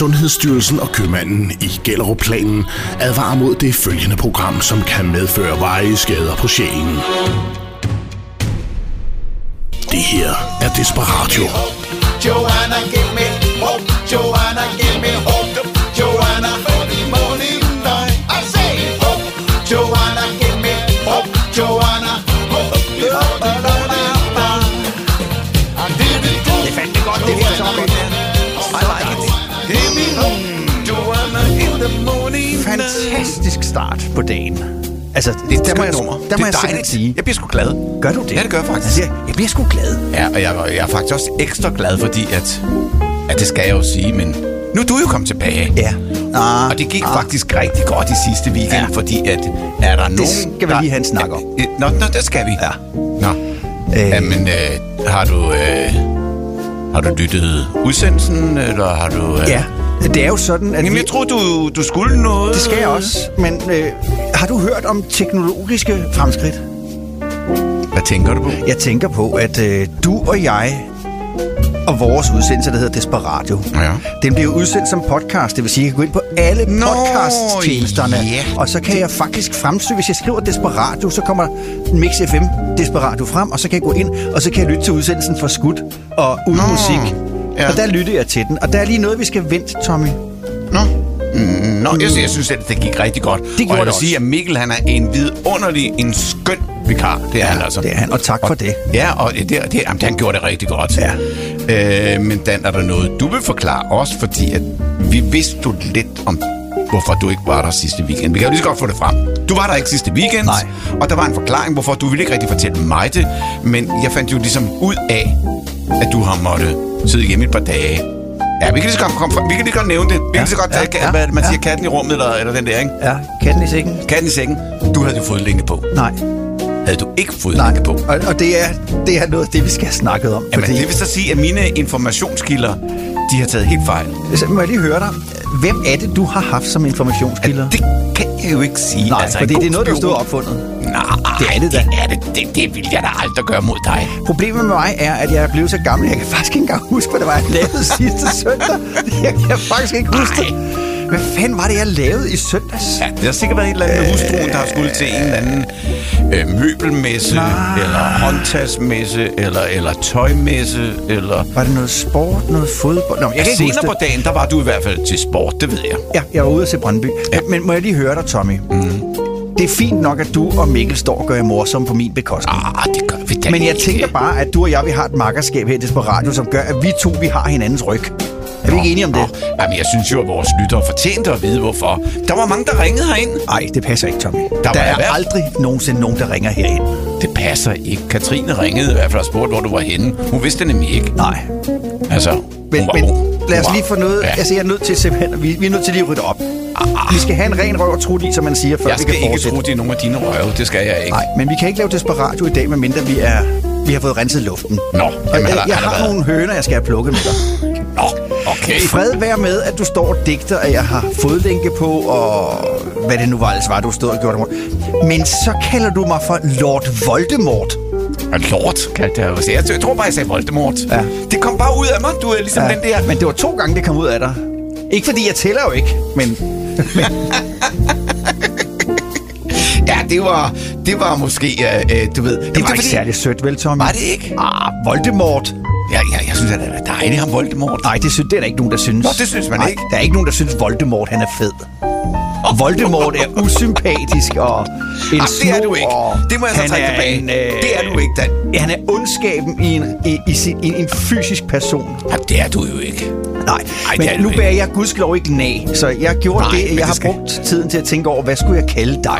Sundhedsstyrelsen og købmanden i Gellerupplanen advarer mod det følgende program, som kan medføre varige skader på sjælen. Det her er Desperatio. Joanna, give me hope. Joanna, give me hope. Joanna, for the morning light. I say hope. Joanna, give me hope. Joanna, hope. Det er fandme godt, det her, Tommy. I like it. Joanna in the morning. Fantastisk start på dagen. Altså, Det er der må jeg dejligt. sige. Jeg bliver sgu glad. Gør du det? Ja, det gør jeg faktisk. Altså, jeg bliver sgu glad. Ja, og jeg er faktisk også ekstra glad, fordi at det skal jeg jo sige, men nu er du jo kommet tilbage. Ja. Og det gik faktisk rigtig godt i sidste weekend, fordi at er der nogen... Det skal vi lige have en snak om. Nå, det skal vi. Ja. Nå. Jamen, har du lyttet udsendelsen, eller har du... Ja, det er jo sådan, at Jamen, jeg tror du skulle noget. Det skal jeg også, men har du hørt om teknologiske fremskridt? Hvad tænker du på? Jeg tænker på, at du og jeg og vores udsendelse, der hedder Desperatio, den bliver udsendt som podcast. Det vil sige, at jeg kan gå ind på alle podcast-tjenesterne, og så kan jeg faktisk fremsøge. Hvis jeg skriver Desperatio, så kommer Mix FM Desperatio frem, og så kan jeg gå ind, og så kan jeg lytte til udsendelsen for skudt og uden musik. Ja. Og der lytter jeg til den. Og der er lige noget, vi skal vente, Tommy. Jeg synes, at det gik rigtig godt. Det og jeg vil det sige, at Mikkel, han er en vidunderlig, en skøn vikar. Det er han altså. Det er han, og tak for det. Ja, og han gjorde det rigtig godt. Ja. Men Dan, er der noget, du vil forklare os? Fordi at vi vidste jo lidt om, hvorfor du ikke var der sidste weekend. Vi kan jo lige så godt få det frem. Du var der ikke sidste weekend. Nej. Og der var en forklaring, hvorfor du ville ikke rigtig fortælle mig det. Men jeg fandt jo ligesom ud af, at du har måttet sidde hjemme et par dage. Ja, vi kan lige godt nævne det. Vi kan lige så godt hvad man siger, katten i rummet, eller den der, ikke? Ja, katten i sækken. Katten i sækken. Du havde jo fået længe på. Nej. Havde du ikke fået længe på? Og det er noget af det, vi skal have snakket om. Jamen, det vil så sige, at mine informationskilder, de har taget helt fejl. Så må jeg lige høre dig. Hvem er det, du har haft som informationskilder? Det kan jeg jo ikke sige. Nej, altså, fordi det er noget, du har stået opfundet. Nej, det er det da. Det vil jeg da aldrig gøre mod dig. Problemet med mig er, at jeg er blevet så gammel, jeg kan faktisk ikke engang huske, hvad det var, jeg lavede sidste søndag. Jeg kan faktisk ikke huske det. Hvad fanden var det, jeg lavede i søndags? Ja, det har sikkert været et eller andet med hustruen, der har skulle til en eller anden møbelmesse, eller håndtagsmesse, eller tøjmesse, eller... Var det noget sport, noget fodbold? Nå, jeg kan ikke huske på dagen, der var du i hvert fald til sport, det ved jeg. Ja, jeg var ude at se Brøndby. Ja. Men må jeg lige høre dig, Tommy? Det er fint nok, at du og Mikkel står og gør jer morsom på min bekostning. Det gør vi da. Men jeg tænker bare, at du og jeg, vi har et makkerskab her i Desperatio, som gør, at vi to, vi har hinandens ryg. Er vi ikke enige om det? Jamen, jeg synes jo, at vores lyttere fortjente at vide, hvorfor. Der var mange, der ringede herind. Nej, det passer ikke, Tommy. Der er aldrig nogensinde nogen, der ringer herind. Det passer ikke. Katrine ringede i hvert fald og spurgte, hvor du var henne. Hun vidste det nemlig ikke. Nej. Altså, men lad os lige få noget... Ja. Altså, jeg er nødt til simpelthen... Vi er nødt til lige at rydde op. Vi skal have en ren røv og trut i, som man siger, før vi kan fortsætte. Jeg skal ikke trutte i nogle af dine røve. Det skal jeg ikke. Nej, men vi kan ikke lave Desperatio i dag, medmindre vi har fået renset luften. Nå, jeg har nogle høner, jeg skal have plukket med dig. Nå, okay. Fred være med, at du står og digter, at jeg har fodlænke på, og hvad det nu var, du stod og gjorde det. Men så kalder du mig for Lord Voldemort. Lord, kaldte jeg jo. Jeg tror bare, jeg sagde Voldemort. Ja. Det kom bare ud af mig. Du er ligesom den der... Men det var 2 gange, det kom ud af dig. Ikke fordi jeg tæller jo ikke, men... Ja, det var måske, du ved... Det var ikke særlig sødt, vel, Tommy? Var det ikke? Voldemort. Ja, jeg synes, at det er dejligt, ham Voldemort. Nej, det er der ikke nogen, der synes. Nå, det synes man ikke. Der er ikke nogen, der synes, Voldemort, han er fed. Voldemort er usympatisk og en det er du ikke. Det må jeg så trække tilbage. Det er du ikke, Dan. Han er ondskaben i en fysisk person. Ja, det er du jo ikke. Nej, men nu bærer jeg gudskelov ikke nag. Så jeg gjorde det, jeg har brugt tiden til at tænke over, hvad skulle jeg kalde dig?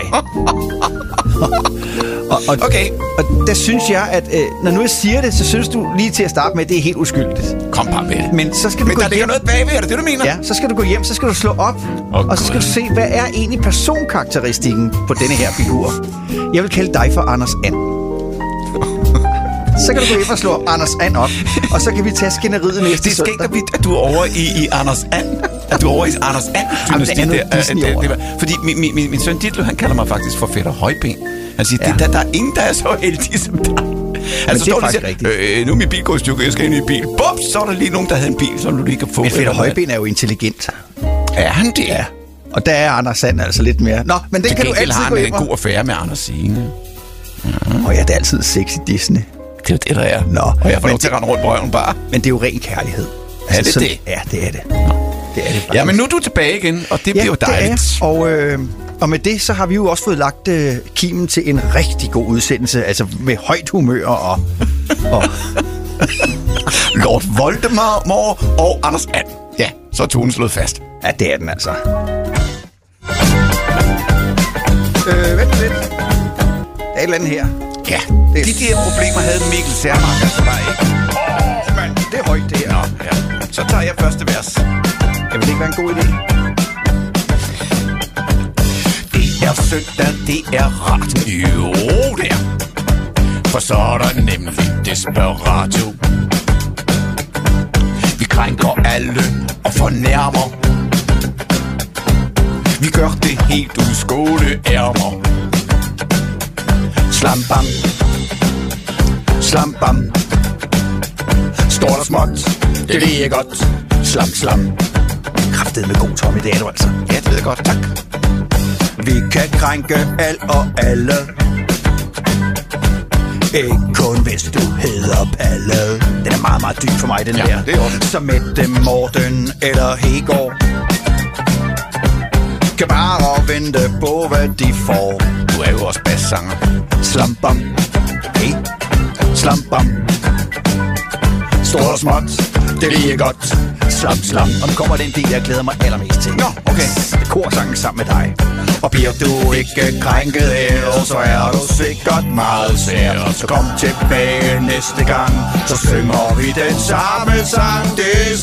Okay. Og der synes jeg, at når nu jeg siger det, så synes du lige til at starte med, at det er helt uskyldigt. Kom bare med det. Men så skal du gå der ligger noget bagved, er det du mener? Ja, så skal du gå hjem, så skal du slå op, og så skal du se, hvad er egentlig personkarakteristikken på denne her figur. Jeg vil kalde dig for Anders And. Så kan du gå hjem og slå Anders And op, og så kan vi tage skænderiet næste søndag. Det er skægt, at du er over i Anders And. At du er over i Anders And. Fordi min søn Ditlev, han kalder mig faktisk for Fætter Højben. Han siger, der er ingen, der er så heldig som dig. Altså, det er faktisk rigtigt. Nu er min bil gået i stykker, jeg skal ind i en bil. Bups, så er der lige nogen, der havde en bil, som du lige kan få. Men Fætter Højben er jo intelligent. Er han det? Ja. Og der er Anders Sand altså lidt mere. Nå, men den kan du altid gå ind har en god affære med Anders Signe. Ja, det er altid sexy Disney. Det er jo det, der er. Nå, og jeg får lov til at rende rundt på røven bare. Men det er jo ren kærlighed. Er det det? Ja, det er det. Det er det faktisk. Ja, men nu er du tilbage igen, og det bliver jo dejligt. Og med det, så har vi jo også fået lagt kimen til en rigtig god udsendelse. Altså med højt humør og Lord Voldemort og Anders And. Ja, så er tonen slået fast. Ja, det er den altså. Vent lidt. Der er et eller andet her. Ja, de der problemer havde Mikkel Særmark altså bare ikke. Mand, det er højt det her. Nå, ja. Så tager jeg første vers. Jeg vil ikke være en god idé. Det er søndag, det er rart. Jo, det er. For så er der nemlig Desperatio. Vi krænker alle og fornærmer. Vi gør det helt uskåle ærmer. Slam bam. Slam bam. Står der småt, det lige er godt. Slam slam. Kraftet med god Tommy, det er du altså. Ja, det ved jeg godt, tak. Vi kan krænke alt og alle. Ikke kun hvis du hedder Palle. Den er meget, meget dyb for mig, den der. Det er ordentligt. Så Mette, Morten eller Hegård kan bare vente på, hvad de får. Du er jo også bassanger. Slam bam. Hey. Slam bam. Stort og småt, det lige er godt. Slam slam. Og nu kommer den del, jeg glæder mig allermest til. Nå, okay. Korsangen sammen med dig. Og bliver du ikke krænket, ellers så er du sikkert meget sær. Så kom tilbage næste gang, så synger vi den samme sang.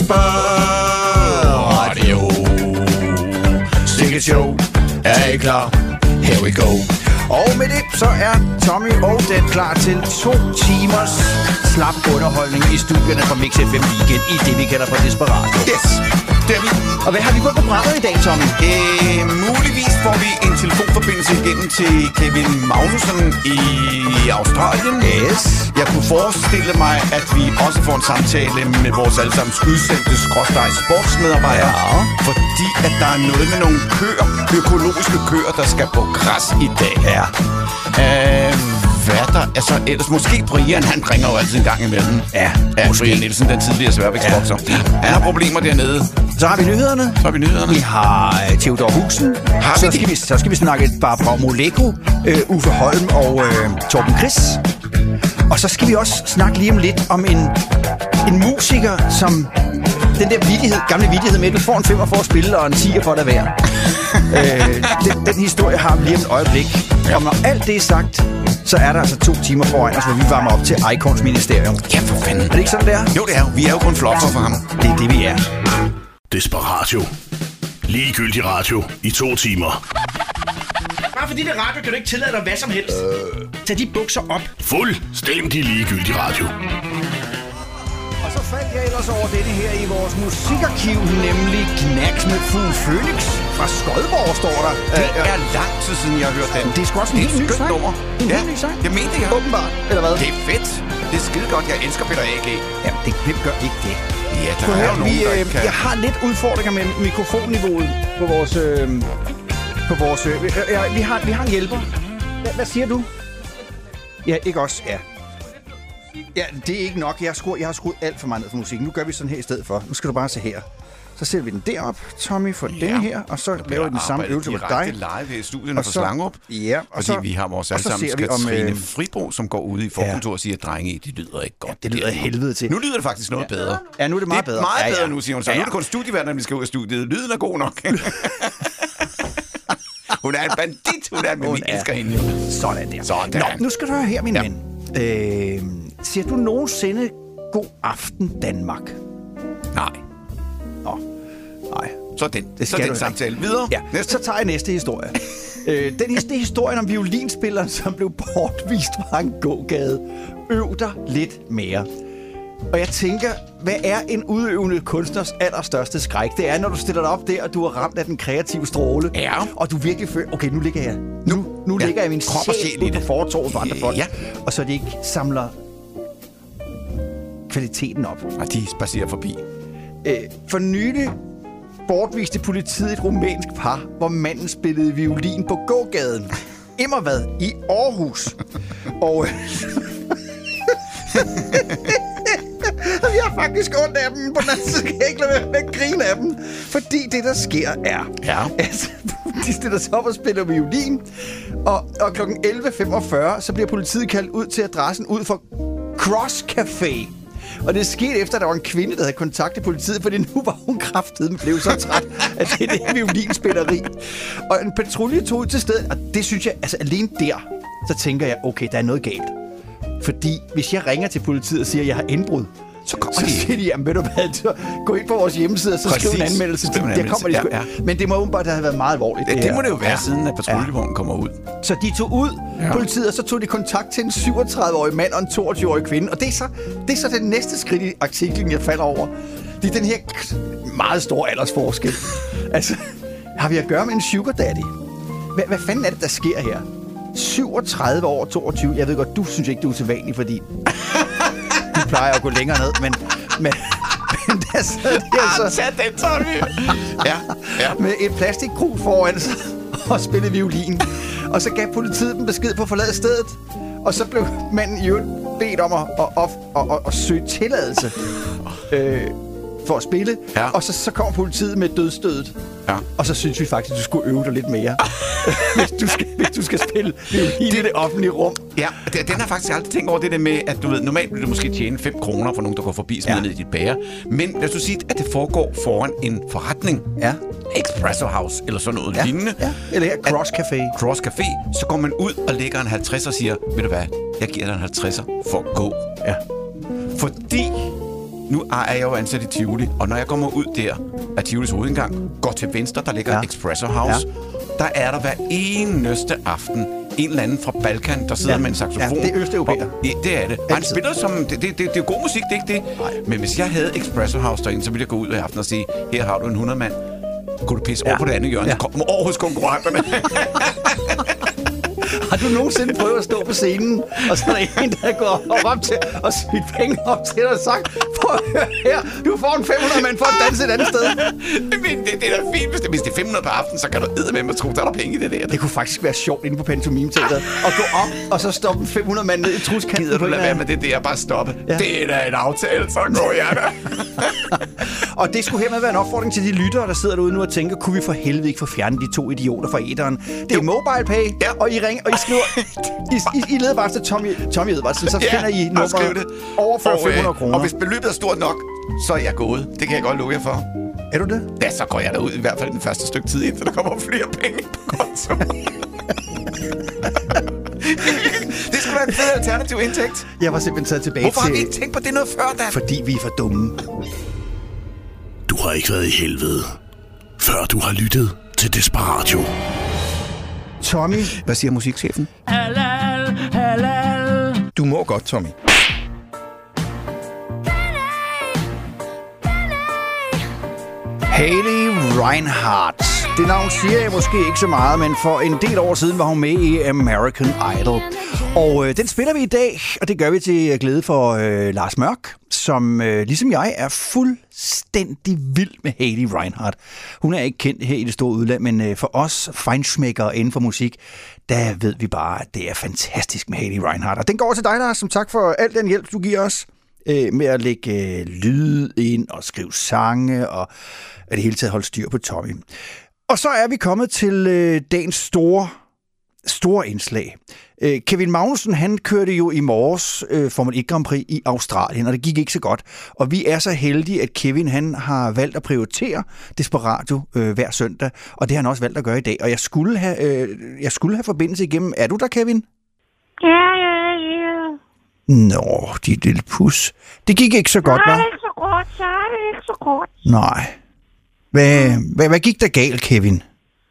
Desperatio. Sikke show. Er I klar? Here we go. Og med det, så er Tommy og den klar til 2 timers slap underholdning i studierne fra Mix FM Weekend i det, vi kalder for Desperatio. Yes, det er vi. Og hvad har vi på programmet i dag, Tommy? Muligvis får vi en telefonforbindelse igennem til Kevin Magnussen i Australien. Yes. Jeg kunne forestille mig, at vi også får en samtale med vores allesammens udsendte sportsmedarbejdere. Ja. Fordi at der er noget med nogle køer, økologiske køer, der skal på græs i dag. Ja. Hvad der? Altså, ellers måske Brian, han ringer jo altid en gang imellem. Ja, måske. Brian Nielsen, den tidligere sværvægtsbokser. Ja. Han har problemer dernede. Så har vi nyhederne. Vi har Theodor Huxen. Så skal vi snakke Barbara Moleko, Uffe Holm og Torben Chris. Og så skal vi også snakke lige om lidt om en musiker, som den der gamle vittighed med, at du får en 5'er for at spille og en 10'er for at lade være. Den historie har vi lige om et øjeblik. Og når alt det er sagt, så er der altså 2 timer foran os, hvor vi varmer op til Icons Ministerium. Ja, for fanden. Er det ikke sådan, det er? Jo, det er. Vi er jo kun flopper for ham. Det er det, vi er. Desperatio. Ligegyldig radio i 2 timer. Bare fordi det er radio, kan du ikke tillade dig hvad som helst. Tag de bukser op. Fuldstændig ligegyldig radio. Og så faldt jeg ellers over denne her i vores musikarkiv, nemlig Knacks med Fugl Phoenix fra Skodborg, står der. Det er lang tid siden, jeg har hørt den. Det er sgu også en helt ny sang. Nummer. En helt ny sang. Jeg mente det, Åbenbart, eller hvad? Det er fedt. Det er skide godt. Jeg elsker Peter A.G. Jamen, hvem gør ikke det? Ja, der er jo nogen, der ikke kan. Jeg har lidt udfordringer med mikrofonniveauet på vores... vi har en hjælper. Hvad siger du? Ja, ikke også? Ja. Ja, det er ikke nok. Jeg har skruet alt for meget ned for musikken. Nu gør vi sådan her i stedet for. Nu skal du bare se her. Så sætter vi den derop, Tommy, for den her, og så laver vi den samme øvelse med dig. Live i studierne for Slangerup. Ja, og så vi har vores allesammens Katrine Fribro, som går ude i forkontoret og siger, at drenge, de lyder ikke godt. Ja, det lyder helvede til. Nu lyder det faktisk noget bedre. Ja, nu er det meget bedre. Det er meget bedre nu, siger hun så. Nu er det kun studieværter, vi skal ud af studiet. Lyden er god nok. Hun er en bandit, men vi elsker hende. Sådan der. Nå, nu skal du høre her, min ven. Siger du nogensinde god aften, Danmark? Nej. Nå, nej. Så den samtale videre. Ja, så tager jeg næste historie. Det er historien om violinspilleren, som blev bortvist fra en gågade. Øv dig lidt mere. Og jeg tænker, hvad er en udøvende kunstners allerstørste skræk? Det er, når du stiller dig op der, og du er ramt af den kreative stråle. Ja. Og du virkelig føler, okay, nu ligger jeg. Nu ligger jeg min krop og sjæl på fortorvet for andre folk. Ja. Og så de ikke samler kvaliteten op. Og de spacerer forbi. For nylig bortviste politiet et rumænsk par, hvor manden spillede violin på gågaden. Immervad i Aarhus. Og jeg har faktisk ondt af dem, på den anden side kan jeg ikke lade være med at grine af dem. Fordi det, der sker, er... Ja. Altså, de stiller sig op og spiller violin, og kl. 11.45, så bliver politiet kaldt ud til adressen ud for Cross Café. Og det skete efter, at der var en kvinde, der havde kontaktet politiet, fordi nu var hun kraftedeme blev så træt af det violinspilleri. Og en patrulje tog ud til stedet, og det synes jeg, altså alene der, så tænker jeg, okay, der er noget galt. Fordi hvis jeg ringer til politiet og siger, at jeg har indbrud, så siger de, jamen ved du hvad, gå ind på vores hjemmeside, og så skriv en anmeldelse. Men det må åbenbart have været meget alvorligt. Det må det jo være, siden at patruljevognen kommer ud. Så de tog ud, politiet, og så tog de kontakt til en 37-årig mand og en 22-årig kvinde. Og det er så det næste skridt i artiklen, jeg falder over. Det er den her meget store aldersforskel. Altså, har vi at gøre med en sugar daddy? Hvad fanden er det, der sker her? 37 år, 22. Jeg ved godt, du synes ikke, du er usædvanlig, fordi du plejer at gå længere ned, men der sad de altså... Tag den, Tommy! Ja. Med et plastikkrus foran sig og spillede violin. Og så gav politiet dem besked på at forlade stedet. Og så blev manden jo bedt om at søge tilladelse for at spille. Ja. Og så kom politiet med dødsstødet. Ja. Og så synes vi faktisk, at du skulle øve dig lidt mere, hvis du skal spille i det offentlige rum. Ja, den har faktisk aldrig tænkt over det der med, at du ved, normalt vil du måske tjene 5 kroner for nogen, der går forbi smider ned i dit bager. Men lad os sige, at det foregår foran en forretning. Ja. Espresso House eller sådan noget lignende. Ja. Eller her Cross Café. Cross Café. Så går man ud og lægger en 50 og siger, ved du hvad, jeg giver dig en 50'er for at gå. Ja. Fordi... Nu er jeg jo ansat i Tivoli, og når jeg kommer ud der af Tivolis hovedindgang, går til venstre, der ligger Espresso House. Ja. Der er der hver eneste aften en eller anden fra Balkan, der sidder med en saxofon. Ja, det er østeuropæer. Det er det. Han spiller som... Det er jo god musik, det er ikke det. Nej. Men hvis jeg havde Espresso House derinde, så ville jeg gå ud i aften og sige, her har du en 100-mand. Kunne du pisse over på det andet hjørne? Kom over hos konkurrenterne. Har du nogensinde prøvet at stå på scenen, og så er der en, der går op til og smidt penge op til dig og sagt, prøv at høre her, du får en 500 mand for at danse et andet sted. Men det er da fint, hvis det er 500 på aften, så kan du eddermame tro, der er der penge i det der. Det kunne faktisk være sjovt inde på Pantomime-teateret at gå op, og så stoppe 500 mand ned i truskanten. Gider du lade være med det der, bare stoppe? Ja. Det er da en aftale, så går jeg da. Og det skulle hermed være en opfordring til de lyttere, der sidder derude nu og tænker, kunne vi for helvede ikke få fjernet de 2 idioter fra æteren? Det er MobilePay, og I ringer, og I skriver, I leder bare til Tommy Edvardsen, så finder I nummeret overfør 500 kroner. Og hvis beløbet er stort nok, så er jeg gået. Det kan jeg godt love jer for. Er du det? Ja, så går jeg derud i hvert fald den første stykke tid, indtil der kommer flere penge på konto. Det skulle være en fed alternativ indtægt. Jeg var simpelthen taget tilbage Hvorfor har vi ikke tænkt på det noget før, da? Fordi vi er for dumme. Du har ikke været i helvede, før du har lyttet til Desperatio. Tommy. Hvad siger musikchefen? Halal, halal. Du må godt, Tommy. Hayley Reinhardt. Det navn siger jeg måske ikke så meget, men for en del år siden var hun med i American Idol. Og den spiller vi i dag, og det gør vi til glæde for Lars Mørk, som ligesom jeg er fuldstændig vild med Hayley Reinhardt. Hun er ikke kendt her i det store udland, men for os feinschmeckere inden for musik, der ved vi bare, at det er fantastisk med Hayley Reinhardt. Og den går til dig, Lars, som tak for al den hjælp, du giver os med at lægge lyd ind og skrive sange og at det hele taget holde styr på Tommy. Og så er vi kommet til dagens store indslag. Kevin Magnussen, han kørte jo i morges Formel 1 Grand Prix i Australien, og det gik ikke så godt. Og vi er så heldige, at Kevin, han har valgt at prioritere Desperatio hver søndag, og det har han også valgt at gøre i dag. Og jeg skulle have forbindelse igennem. Er du der, Kevin? Ja. Nå, dit lille pus. Det gik ikke så godt, hva'? Nej, det er ikke så godt. Nej. Hvad gik der galt, Kevin?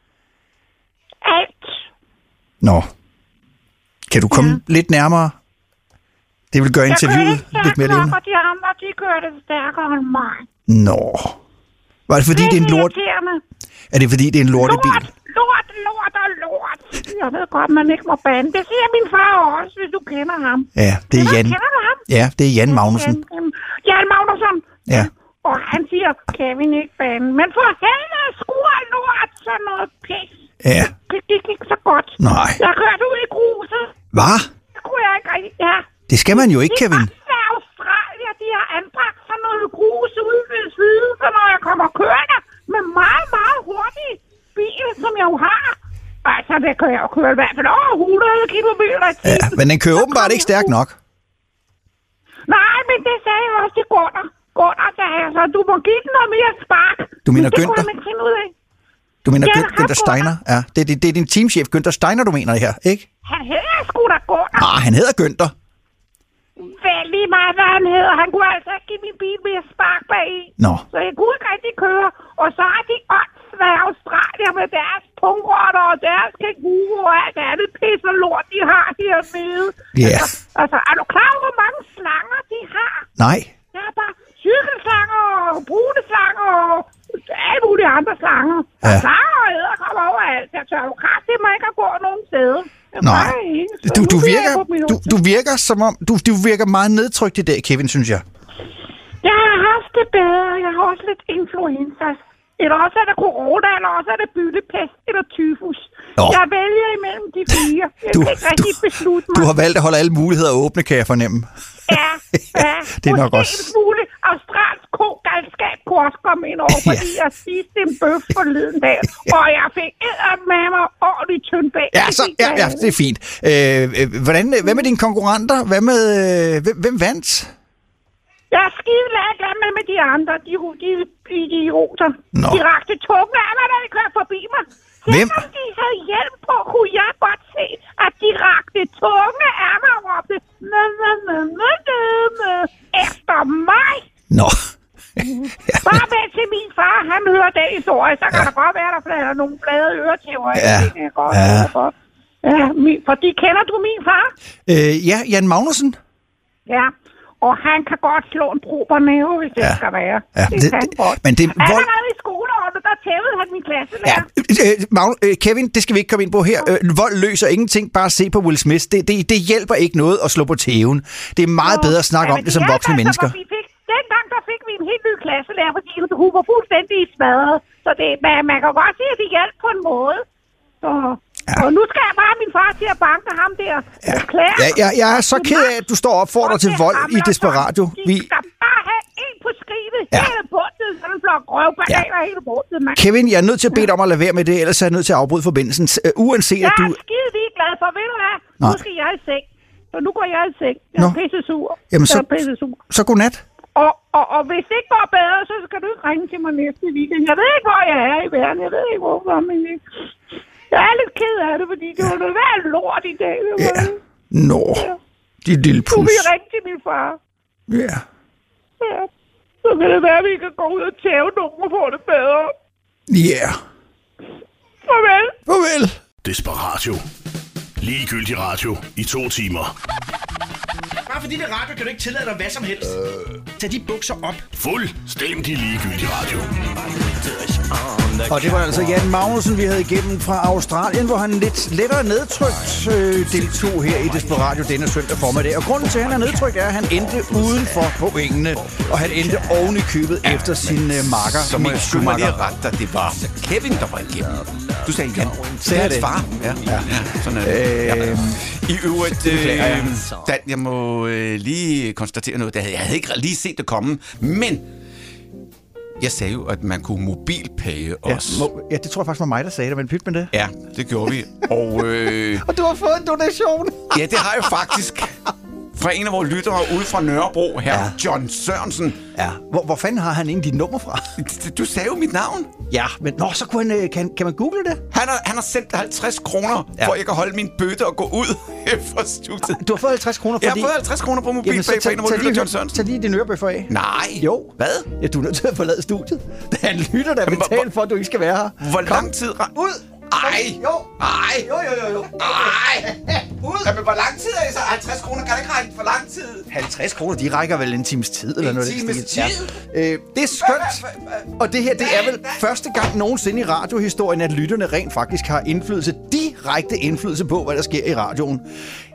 Alt. Nå. Kan du komme lidt nærmere? Det vil gøre interviewet lidt mere levende. De gør det stærkere end mig. Nå. Var det fordi, det er en lort? Er det fordi, det er en lortebil? Lort. Jeg ved godt, man ikke må bande. Det siger min far også, hvis du kender ham. Ja, det er Jan. Kender du ham? Ja, det er Jan Magnussen. Ja. Og han siger, Kevin ikke banen. Men for helvede, skruer lort, sådan noget pis. Ja. Det gik ikke så godt. Nej. Jeg kørte ud i gruset. Hvad? Det kunne jeg ikke rigtig. Ja. Det skal man jo ikke, Kevin. I Australien, de har anbragt sådan noget grus ude ved siden, så når jeg kommer kørende med meget, meget hurtig bil, som jeg jo har. Altså, det kan jeg jo køre i hvert fald over 100 kilometer i tiden. Ja, men den kører åbenbart ikke stærkt nok. Nej, men det sagde jeg også til Gunnar. Gunnar sagde jeg så, du må give den noget mere spark. Du mener men det Günther? kunne han ikke finde ud af. Du mener Ja, Günther Steiner? Ja, det er din teamchef, Günther Steiner, du mener det her, ikke? Han hedder sgu da Gunnar. Ah, han hedder Günther. Vel lige meget, hvad han hedder. Han kunne altså ikke give min bil mere spark bag i. Nå. Så jeg kunne ikke rigtig køre. Og så har de åndssvage Australier med deres pungrotter og deres kænguru og alt andet pis og lort, de har hernede. Ja. Altså, er du klar over, hvor mange slanger de har? Nej. Der er bare cykelslanger og brune slanger og alle mulige andre slanger. Ja. Og slanger og æderkopper overalt. Jeg tør jo kraftigt mig ikke at gå nogen steder. Nej. Du virker som om, du virker meget nedtrykt i dag, Kevin, synes jeg. Jeg har haft det bedre. Jeg har også lidt influenza. Eller også er det corona, eller også er det byllepest eller tyfus. Jeg vælger imellem de fire. Jeg kan ikke rigtig beslutte mig. Du har valgt at holde alle muligheder åbne, kan jeg fornemme. Ja. Det er nok også. En smule australsk kogalskab kunne også komme ind over, fordi jeg spiste en bøf forleden dag, og jeg fik med mig ordentligt tynd bag. Ja, det er fint. Hvad med dine konkurrenter? Hvem vandt? Jeg er skide glad med de andre. De idioter. De rakte tunge af mig, da de kørte forbi mig. Hvem? Selvom de havde hjelm på, kunne jeg godt se, at de rakte tunge af mig og råbte efter mig. Nå. Bare med til min far, han hører den historie, så kan der godt være, der er nogle flade øretæver. Ja. Fordi kender du min far? Ja, Jan Magnussen. Ja. Og han kan godt slå en prober næve, hvis det skal være. Ja, det kan godt. Men det allerede i skoleåret, der tævede han min klasselærer. Kevin, det skal vi ikke komme ind på her. Vold løser ingenting. Bare se på Will Smith. Det hjælper ikke noget at slå på tæven. Det er meget bedre at snakke om det som voksne mennesker. Dengang der fik vi en helt ny klasselærer, fordi hun var fuldstændig smadret. Så man kan godt sige, at det hjalp på en måde. Så... Ja. Og nu skal jeg bare min far til at banke ham der. Jeg er så ked af, at du står og opfordrer til vold i Desperatio. Vi skal bare have en på skridtet. Hele bundet. Sådan en flok røvbananer hele bundet, mand. Kevin, jeg er nødt til at bede dig om at lade være med det, ellers er jeg nødt til at afbryde forbindelsen. Uanset at du... Jeg er skide ligeglad for, ved du hvad? Nu skal jeg i seng. Så nu går jeg i seng. Jeg er pissesur. Jamen så godnat. Og hvis det ikke går bedre, så skal du ikke ringe til mig næste weekend. Jeg ved ikke, hvor jeg er i verden. Jeg ved ikke, hvorfor, men... Jeg er lidt ked af det, fordi det var noget værd lort i dag. Dit lille pus. Du vil ringe til min far. Ja. Så kan det være, at vi kan gå ud og tæve nogen og få det bedre. Ja. Farvel. Desperatio. Ligegyldig radio i 2 timer. Bare fordi det er radio, kan du ikke tillade dig hvad som helst. Tag de bukser op. Fuldstændig ligegyldig radio. Og det var altså Jan Magnussen, vi havde igennem fra Australien, hvor han lidt lettere nedtrykt deltog her i Desperatio denne søndag formiddag. Og grunden til, at han er nedtrykt, er, at han endte uden for pointene, og han endte oven i købet efter sin makker. Så må jeg skynde mig lige rette dig. Det var Kevin, der var igennem. Du sagde Jan. Sagde det? Far. Ja. Sådan er det. I øvrigt, Dan, jeg må lige konstatere noget. Jeg havde ikke lige set det komme, men... Jeg sagde jo, at man kunne mobilpage os. Ja, det tror jeg faktisk var mig, der sagde det, men pyt med det. Ja, det gjorde vi. Og du har fået en donation. Ja, det har jeg faktisk. Fra en af vores lyttere ude fra Nørrebro, her John Sørensen. Ja. Hvor fanden har han egentlig dit nummer fra? Du sagde jo mit navn. Ja, men så kunne han, kan man google det? Han har sendt 50 kroner, for at jeg kan holde min bøtte og gå ud fra studiet. Du har fået 50 kroner, fordi... Jeg har fået 50 kroner på mobilpay fra en af vores lytter, John Sørensen. Tag lige dine ørebøffer af. Nej. Jo. Hvad? Ja, du er nødt til at forlade studiet. Der er en lytter, der betaler for, at du ikke skal være her. Hvor lang tid... Ud! Ej! Jo! Ej! Jo! Ej! Ud! Jamen, hvor lang tid er det så? 50 kroner kan ikke række for lang tid. 50 kroner, de rækker vel en times tid eller noget. En times tid? Ja. Det er skønt. Og det her, det er vel første gang nogensinde i radiohistorien, at lytterne rent faktisk har indflydelse, direkte indflydelse på, hvad der sker i radioen.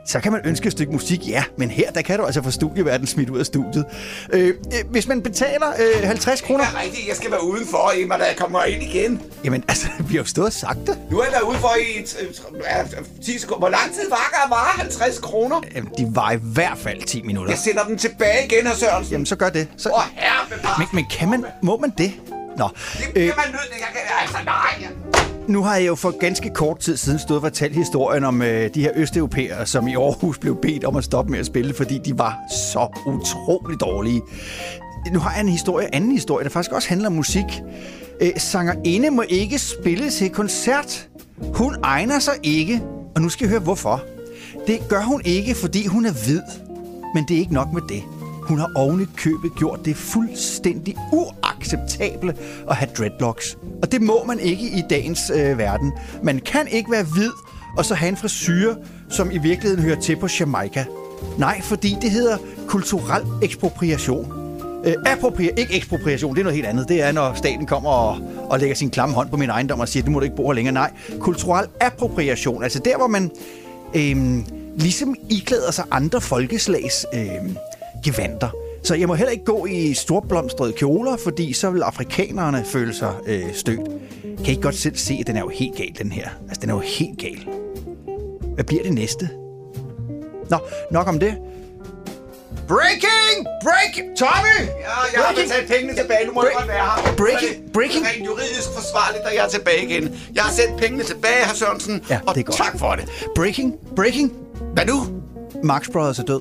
så kan man ønske et stykke musik, ja, men her, der kan du altså få studieverden smidt ud af studiet. Hvis man betaler 50 kroner... Det er rigtigt, jeg skal være udenfor, Emma, da jeg kommer ind igen. Jamen, altså, vi har jo stået og sagt det. Nu har jeg været udenfor i 10 sekunder. Hvor lang tid var 50 kroner? Jamen, de var i hvert fald 10 minutter. Jeg sender dem tilbage igen, hr. Sørensen. Jamen, så gør det. Så... Men kan man... Må man det? Nå. Det bliver man nødt til. Jeg kan... Altså, nej. Nu har jeg jo for ganske kort tid siden stået og fortalt historien om de her østeuropæere, som i Aarhus blev bedt om at stoppe med at spille, fordi de var så utroligt dårlige. Nu har jeg en anden historie, der faktisk også handler om musik. Sangerinde må ikke spille til koncert. Hun egner sig ikke, og nu skal I høre hvorfor. Det gør hun ikke, fordi hun er hvid. Men det er ikke nok med det. Hun har oven i købet gjort det fuldstændig uacceptable at have dreadlocks. Og det må man ikke i dagens verden. Man kan ikke være hvid og så have en frisyre, som i virkeligheden hører til på Jamaica. Nej, fordi det hedder kulturel ekspropriation. Ikke ekspropriation, det er noget helt andet. Det er, når staten kommer og lægger sin klamme hånd på min ejendom og siger, du må du ikke bo her længere. Nej, kulturel appropriation. Altså der, hvor man ligesom iklæder sig andre folkeslags gevanter. Så jeg må heller ikke gå i storblomstrede kjoler, fordi så vil afrikanerne føle sig stødt. Kan I ikke godt selv se, at den er jo helt gal, den her? Altså, den er jo helt gal. Hvad bliver det næste? Nå, nok om det. Breaking! Tommy! Ja, jeg har betalt pengene tilbage. Nu må jeg godt være her. Breaking! Det er rent juridisk forsvarligt, at jeg er tilbage igen. Jeg har sendt pengene tilbage, hr. Sørensen. Ja, og det er godt. Tak for det. Breaking! Hvad nu? Marx Brothers er død.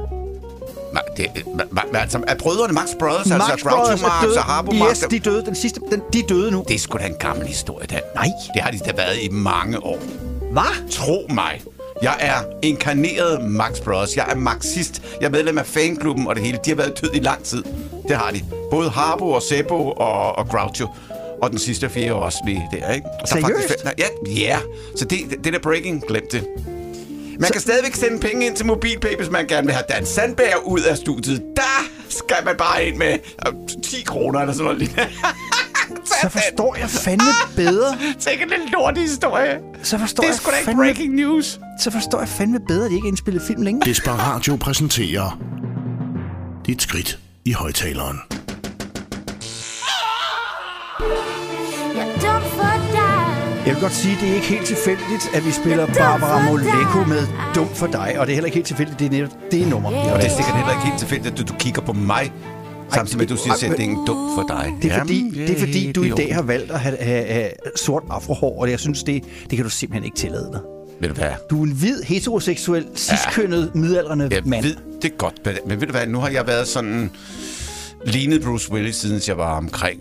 Altså, er brødrene Marx Brothers, Marx altså Groucho Marx og Harpo Marx? Yes, de er døde. De er døde nu. Det er sgu da en gammel historie, Dan. Nej. Det har de da været i mange år. Hvad? Tro mig. Jeg er inkarneret Marx Brothers. Jeg er marxist. Jeg er medlem af fanklubben og det hele. De har været døde i lang tid. Det har de. Både Harpo og Seppo og Groucho. Og den sidste 4 år også lige der, ikke? Og seriøst? Ja. Så det der breaking, glem det. Man kan stadigvæk sende penge ind til MobilePay, hvis man gerne vil have Dan Sandberg ud af studiet. Der skal man bare ind med 10 kroner eller sådan noget lignende. Så forstår jeg fandme bedre. Tænk en lille lortig historie. Så forstår det er jeg sgu da ikke fandme... breaking news. Så forstår jeg fandme bedre, at de ikke er indspillet film længere. Desperatio præsenterer dit skridt i højtaleren. Jeg vil godt sige, at det er ikke helt tilfældigt, at vi spiller Barbara Moleko med Dum for dig. Og det er heller ikke helt tilfældigt, det er netop det nummer. Og det er sikkert heller ikke helt tilfældigt, at du kigger på mig, samtidig med, at du siger sætningen Dum for dig. Det er fordi du i dag har valgt at have sort afrohår, og jeg synes, det kan du simpelthen ikke tillade dig. Ved du hvad? Du er en hvid, heteroseksuel, ciskønnet, midaldrende mand. Jeg ved det godt, men ved du hvad? Nu har jeg været sådan... lignet Bruce Willis, siden jeg var omkring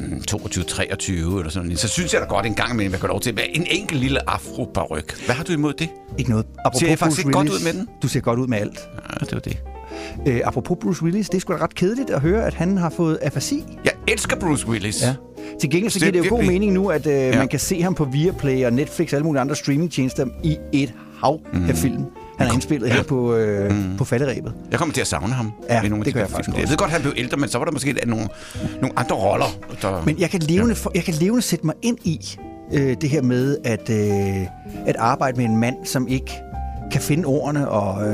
22-23 eller sådan. Så synes jeg da godt en gang imellem, jeg kan lov til at være en enkelt lille afro-paryk. Hvad har du imod det? Ikke noget. Apropos ser jeg faktisk Bruce ikke Willis, godt ud med den? Du ser godt ud med alt. Ja, det var det. Apropos Bruce Willis, det er sgu da ret kedeligt at høre, at han har fået afasi. Jeg elsker Bruce Willis. Ja. Til gengæld så giver det jo god mening nu, at man kan se ham på Viaplay og Netflix og alle mulige andre streamingtjenester i et hav af film. Han har indspillet her på falderæbet. Jeg kommer til at savne ham. Ja, nogle af det gør jeg faktisk. Jeg ved godt, at han blev ældre, men så var der måske nogle andre roller. Men jeg kan levende sætte mig ind i det her med at arbejde med en mand, som ikke kan finde ordene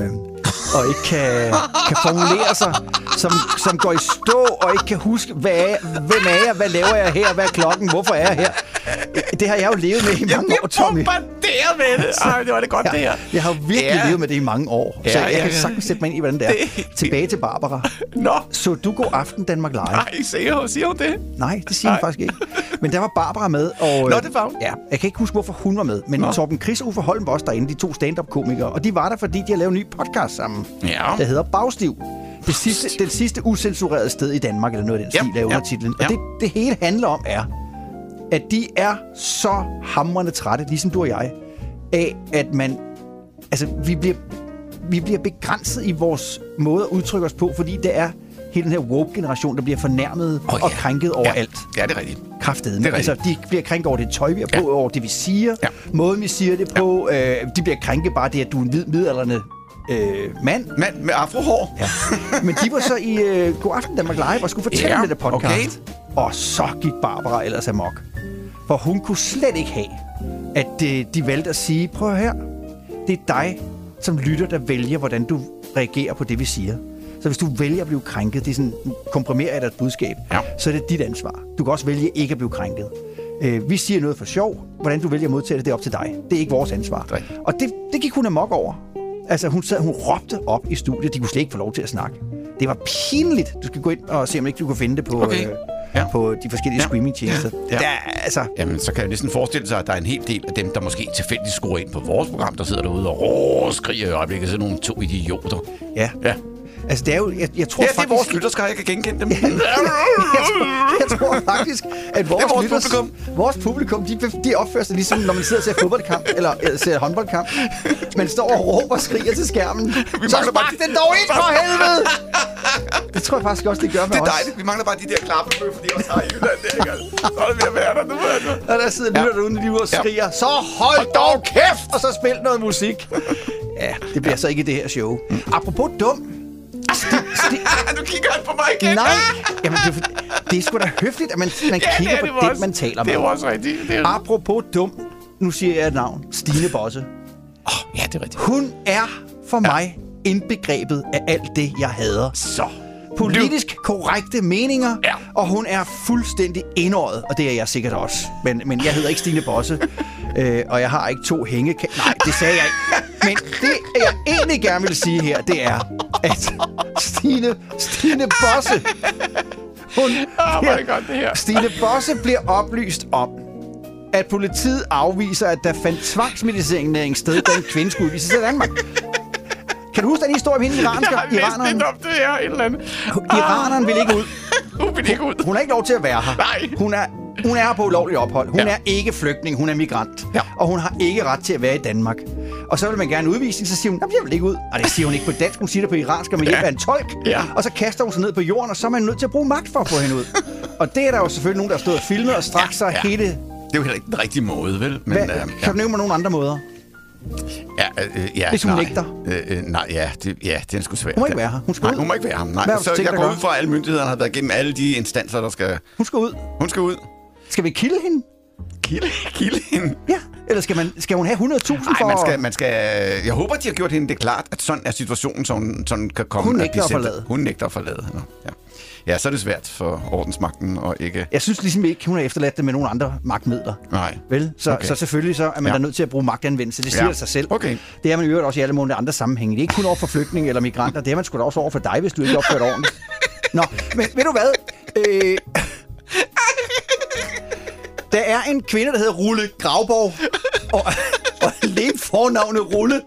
og ikke kan formulere sig, som går i stå og ikke kan huske, hvem er jeg, hvad laver jeg her, hvad er klokken, hvorfor er jeg her? Det har jeg jo levet med i mange år, Tommy. Jeg bliver bombarderet med det. Ej, det var det godt, det her. Jeg har jo virkelig levet med det i mange år, så jeg kan sagtens sætte mig ind i, hvordan det er. Tilbage til Barbara. Nå. Så du God Aften Danmark Live? Nej, siger hun det? Nej, det siger hun faktisk ikke. Men der var Barbara med, og... Nå, det var hun. Ja, jeg kan ikke huske, hvorfor hun var med, men Torben Chris og Uffe Holm var også derinde, de 2 stand-up-komikere, og de var der, fordi de har lavet en ny podcast sammen, der hedder Bagstiv. Den sidste usensurerede sted i Danmark, eller noget af den stil, er undertitlen. Og det hele handler om at de er så hamrende trætte, ligesom du og jeg, af at man... Altså, vi bliver begrænset i vores måde at udtrykke os på, fordi det er hele den her woke-generation, der bliver fornærmet og krænket over alt. Ja, det er rigtigt. Kraftedeme. Altså, de bliver krænket over det tøj, vi har på, over det, vi siger, måden, vi siger det på. De bliver krænket bare det, at du er en hvid, midaldrende mand med afrohår. Ja. Men de var så i God Aften Danmark Live og skulle fortælle om det der podcast. Okay. Og så gik Barbara ellers amok. For hun kunne slet ikke have, at de valgte at sige, prøv her, det er dig som lytter, der vælger, hvordan du reagerer på det, vi siger. Så hvis du vælger at blive krænket, det er sådan, komprimerer af dit budskab, så er det dit ansvar. Du kan også vælge ikke at blive krænket. Vi siger noget for sjov. Hvordan du vælger at modtage det, det er op til dig. Det er ikke vores ansvar. Nej. Og det gik hun amok over. Altså, hun råbte op i studiet. De kunne slet ikke få lov til at snakke. Det var pinligt. Du skal gå ind og se, om ikke du kan finde det på, på de forskellige streamingtjenester. Ja. Altså... Jamen, så kan jeg næsten forestille sig, at der er en hel del af dem, der måske tilfældigt skruer ind på vores program, der sidder derude og skriger i øjeblikket. Sådan nogle 2 idioter. Ja. Altså, det er jo... Jeg tror faktisk... det er vores lytterskare, jeg kan genkende dem. jeg tror faktisk, at vores publikum, de opfører sig ligesom, når man sidder og ser fodboldkamp, eller ser håndboldkamp. Man står og råber og skriger til skærmen. Så spark den dog ind for helvede! Det tror jeg faktisk også, det gør med os. Det er dejligt. Vi mangler bare de der klappebøffer, de også har i Jylland. Så er det ved at være der nu. Og der sidder lytter derude, de ude og skriger, så hold dog kæft! Og så spil noget musik. Ja, det bliver så ikke i det her show. Apropos dum. Du kigger alt på mig igen. Nej, jamen det er sgu da høfligt, at man kigger på det, man taler med. Det er også rigtigt. Apropos dum, nu siger jeg et navn. Stine Bosse. Ja, det er rigtigt. Hun er for mig indbegrebet af alt det, jeg hader. Så. Politisk korrekte meninger, og hun er fuldstændig indåret, og det er jeg sikkert også. Men jeg hedder ikke Stine Bosse, og jeg har ikke 2 Nej, det sagde jeg ikke. Men det, jeg egentlig gerne vil sige her, det er, at Stine Bosse... Stine Bosse bliver oplyst om, at politiet afviser, at der fandt tvangsmedicinering sted, da en kvinde skulle udvises til Danmark. Kan du huske den historie om hende iraneren? Jeg har vidst om det her et eller andet. Iraneren vil ikke ud. Hun vil ikke ud. Hun har ikke lov til at være her. Nej. Hun er her på ulovligt ophold. Hun er ikke flygtning, hun er migrant. Ja. Og hun har ikke ret til at være i Danmark. Og så vil man gerne udvisning, så siger hun, jeg vil ikke ud. Og det siger hun ikke på dansk, hun siger det på iransk, med hjælp af en tolk. Ja. Og så kaster hun sig ned på jorden, og så er man nødt til at bruge magt for at få hende ud. Og det er der jo selvfølgelig nogen, der har stået og filmet og straks sig hele... Det er jo heller ikke den rigtige måde, vel? Men, kan du nævne mig nogle andre måder? Hvis hun nægter? Det er sgu svært. Hun må ikke være her. Hun må ikke være her. Nej, så jeg går ud fra, at alle myndighederne har været igennem alle de instanser, der skal... Hun skal ud. Skal vi kilde hende? Kilde hende? Ja. Eller skal hun have 100.000 for... Nej, man skal... Jeg håber, de har gjort hende det klart, at sådan er situationen, så hun kan komme... Hun nægter at forlade. Hun nægter at forlade. Ja, så er det svært for ordensmagten og ikke... Jeg synes ligesom ikke, hun har efterladt det med nogle andre magtmidler. Nej. Vel? Så selvfølgelig så er man der nødt til at bruge magtanvendelse. Det siger sig selv. Okay. Det er man jo også i alle mulige andre sammenhænge. Det er ikke kun over for flygtninge eller migranter. Det er man sgu da også over for dig, hvis du ikke opfører ordentligt. Nå, men ved du hvad? Der er en kvinde, der hedder Rulle Gravborg. Og alene fornavnet Rulle.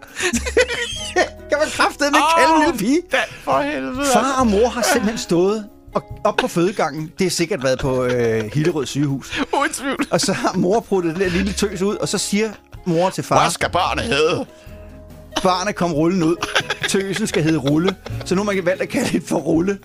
Kan man kraftedeme kalde en lille pige? For helvede. Far og mor har simpelthen stået op på fødegangen. Det har sikkert været på Hillerød sygehus. Uden tvivl. Og så har mor pruttet den lille tøs ud, og så siger mor til far... Hvad skal barnet hedde? Barnet kom rullen ud. Tøsen skal hedde Rulle. Så nu har man valgt at kalde det for Rulle.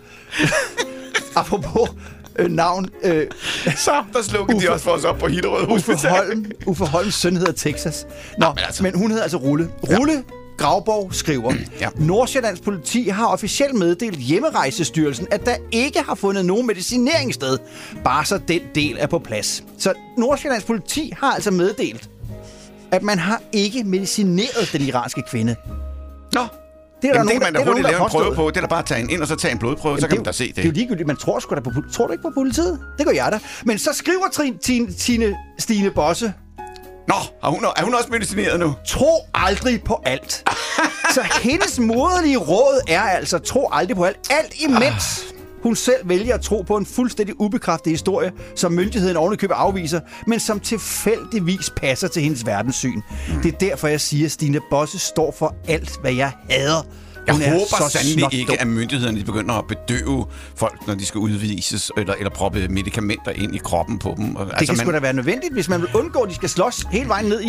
Apropos navn... Så der slukkede de også for os op på Hillerød Hospital. Uffe Holms søn hedder Texas. Men hun hedder altså Rulle. Rulle Gravborg skriver, Nordsjællands politi har officielt meddelt Hjemmerejsestyrelsen, at der ikke har fundet nogen medicinering sted. Bare så den del er på plads. Så Nordsjællands politi har altså meddelt, at man har ikke medicineret den iranske kvinde. Nå. Det kan man da hurtigt lave en prøve på. Det er da bare at tage ind og så tage en blodprøve, så kan man da se det. Det er jo ligegyldigt. Man tror sgu da på politiet. Tror du ikke på politiet? Det gør jeg da. Men så skriver Stine Bosse. Nå, er hun også medicineret nu? Tro aldrig på alt. Så hendes moderlige råd er altså, tro aldrig på alt. Alt imens hun selv vælger at tro på en fuldstændig ubekræftet historie, som myndigheden ovenikøbet afviser, men som tilfældigvis passer til hendes verdenssyn. Det er derfor, jeg siger, at Stine Bosse står for alt, hvad jeg hader. Jeg håber sandelig ikke, at myndighederne begynder at bedøve folk, når de skal udvises, eller proppe medicamenter ind i kroppen på dem. Det kan sgu da være nødvendigt, hvis man vil undgå, at de skal slås hele vejen ned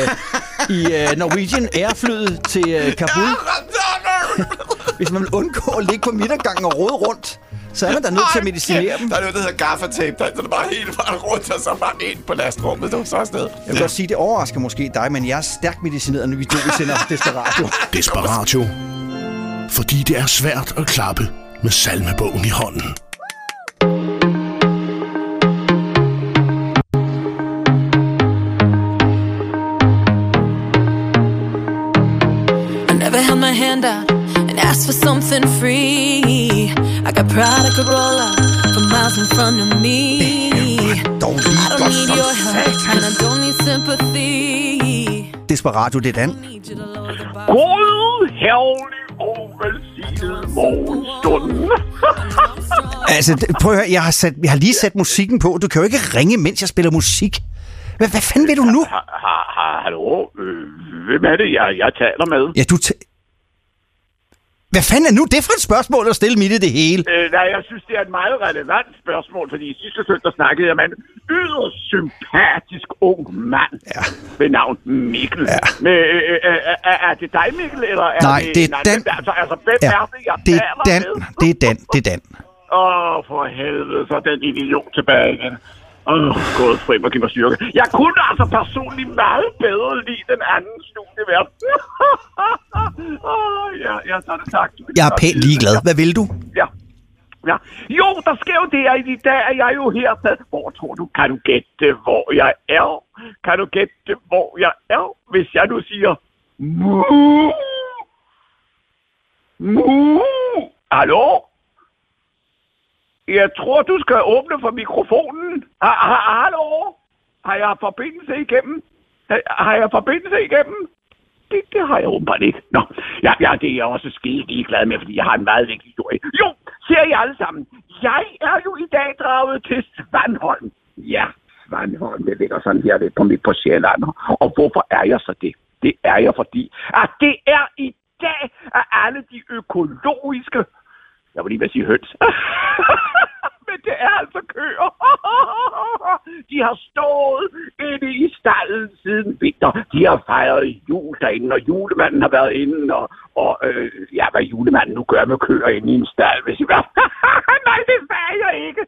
i Norwegian Air-flyet til Kabul. Hvis man vil undgå at ligge på midtergangen og rode rundt, så er man da nødt til at medicinere dem. Der er noget, der hedder gaffatape, der er bare hele vejen rundt, og så bare ind på lastrummet. Det var så afsted. Jeg vil godt sige, det overrasker måske dig, men jeg er stærkt medicineret, når vi sender Desperatio. Desperatio. Fordi det er svært at klappe med salmebogen i hånden. I never for something free. I got pride, I could roll up for miles in front of me. I don't need your help, and I don't need sympathy. Desperatio, det er Dan. God, herlig og velsignet morgenstunden. Altså, prøv at høre, jeg har lige sat musikken på. Du kan jo ikke ringe, mens jeg spiller musik. Hvad fanden vil du nu? Hallo? Hvem er det, jeg taler med? Ja, Hvad fanden er nu det for et spørgsmål at stille midt i det hele? Nej, jeg synes, det er et meget relevant spørgsmål, fordi i sidste søndag snakkede jeg med en yderst sympatisk ung mand ved navn Mikkel. Ja. Er det dig, Mikkel, eller er nej, det er Dan. Altså, hvem er det, jeg taler med? Det er Dan. For helvede, så den idiot tilbage igen. God fri mig, giv mig styrke. Jeg kunne altså personligt meget bedre lide den anden studievært. Ja, så er det sagt. Jeg er pænt ligeglad. Hvad vil du? Ja. Jo, der sker jo det, at i dag er jeg jo her. Hvor tror du, kan du gætte, hvor jeg er? Kan du gætte, hvor jeg er, hvis jeg nu siger Mu? Hallo? Jeg tror, du skal åbne for mikrofonen. Hallo? Har jeg forbindelse igennem? Det har jeg åbenbart ikke. Nå, ja, det er jeg også skide ligeglad med, fordi jeg har en meget vigtig historie. Jo, ser I alle sammen. Jeg er jo i dag draget til Svanholm. Ja, Svanholm, det ligger sådan her lidt på Sjælland. Og hvorfor er jeg så det? Det er jeg, fordi at det er i dag, at alle de økologiske... Jeg vil lige ved at sige høns. Men det er altså køer. De har stået inde i stalden siden vinter. De har fejret jul derinde, og julemanden har været inde, og hvad julemanden nu gør med køer inde i en stald, hvis I vil. Nej, det sagde jeg ikke.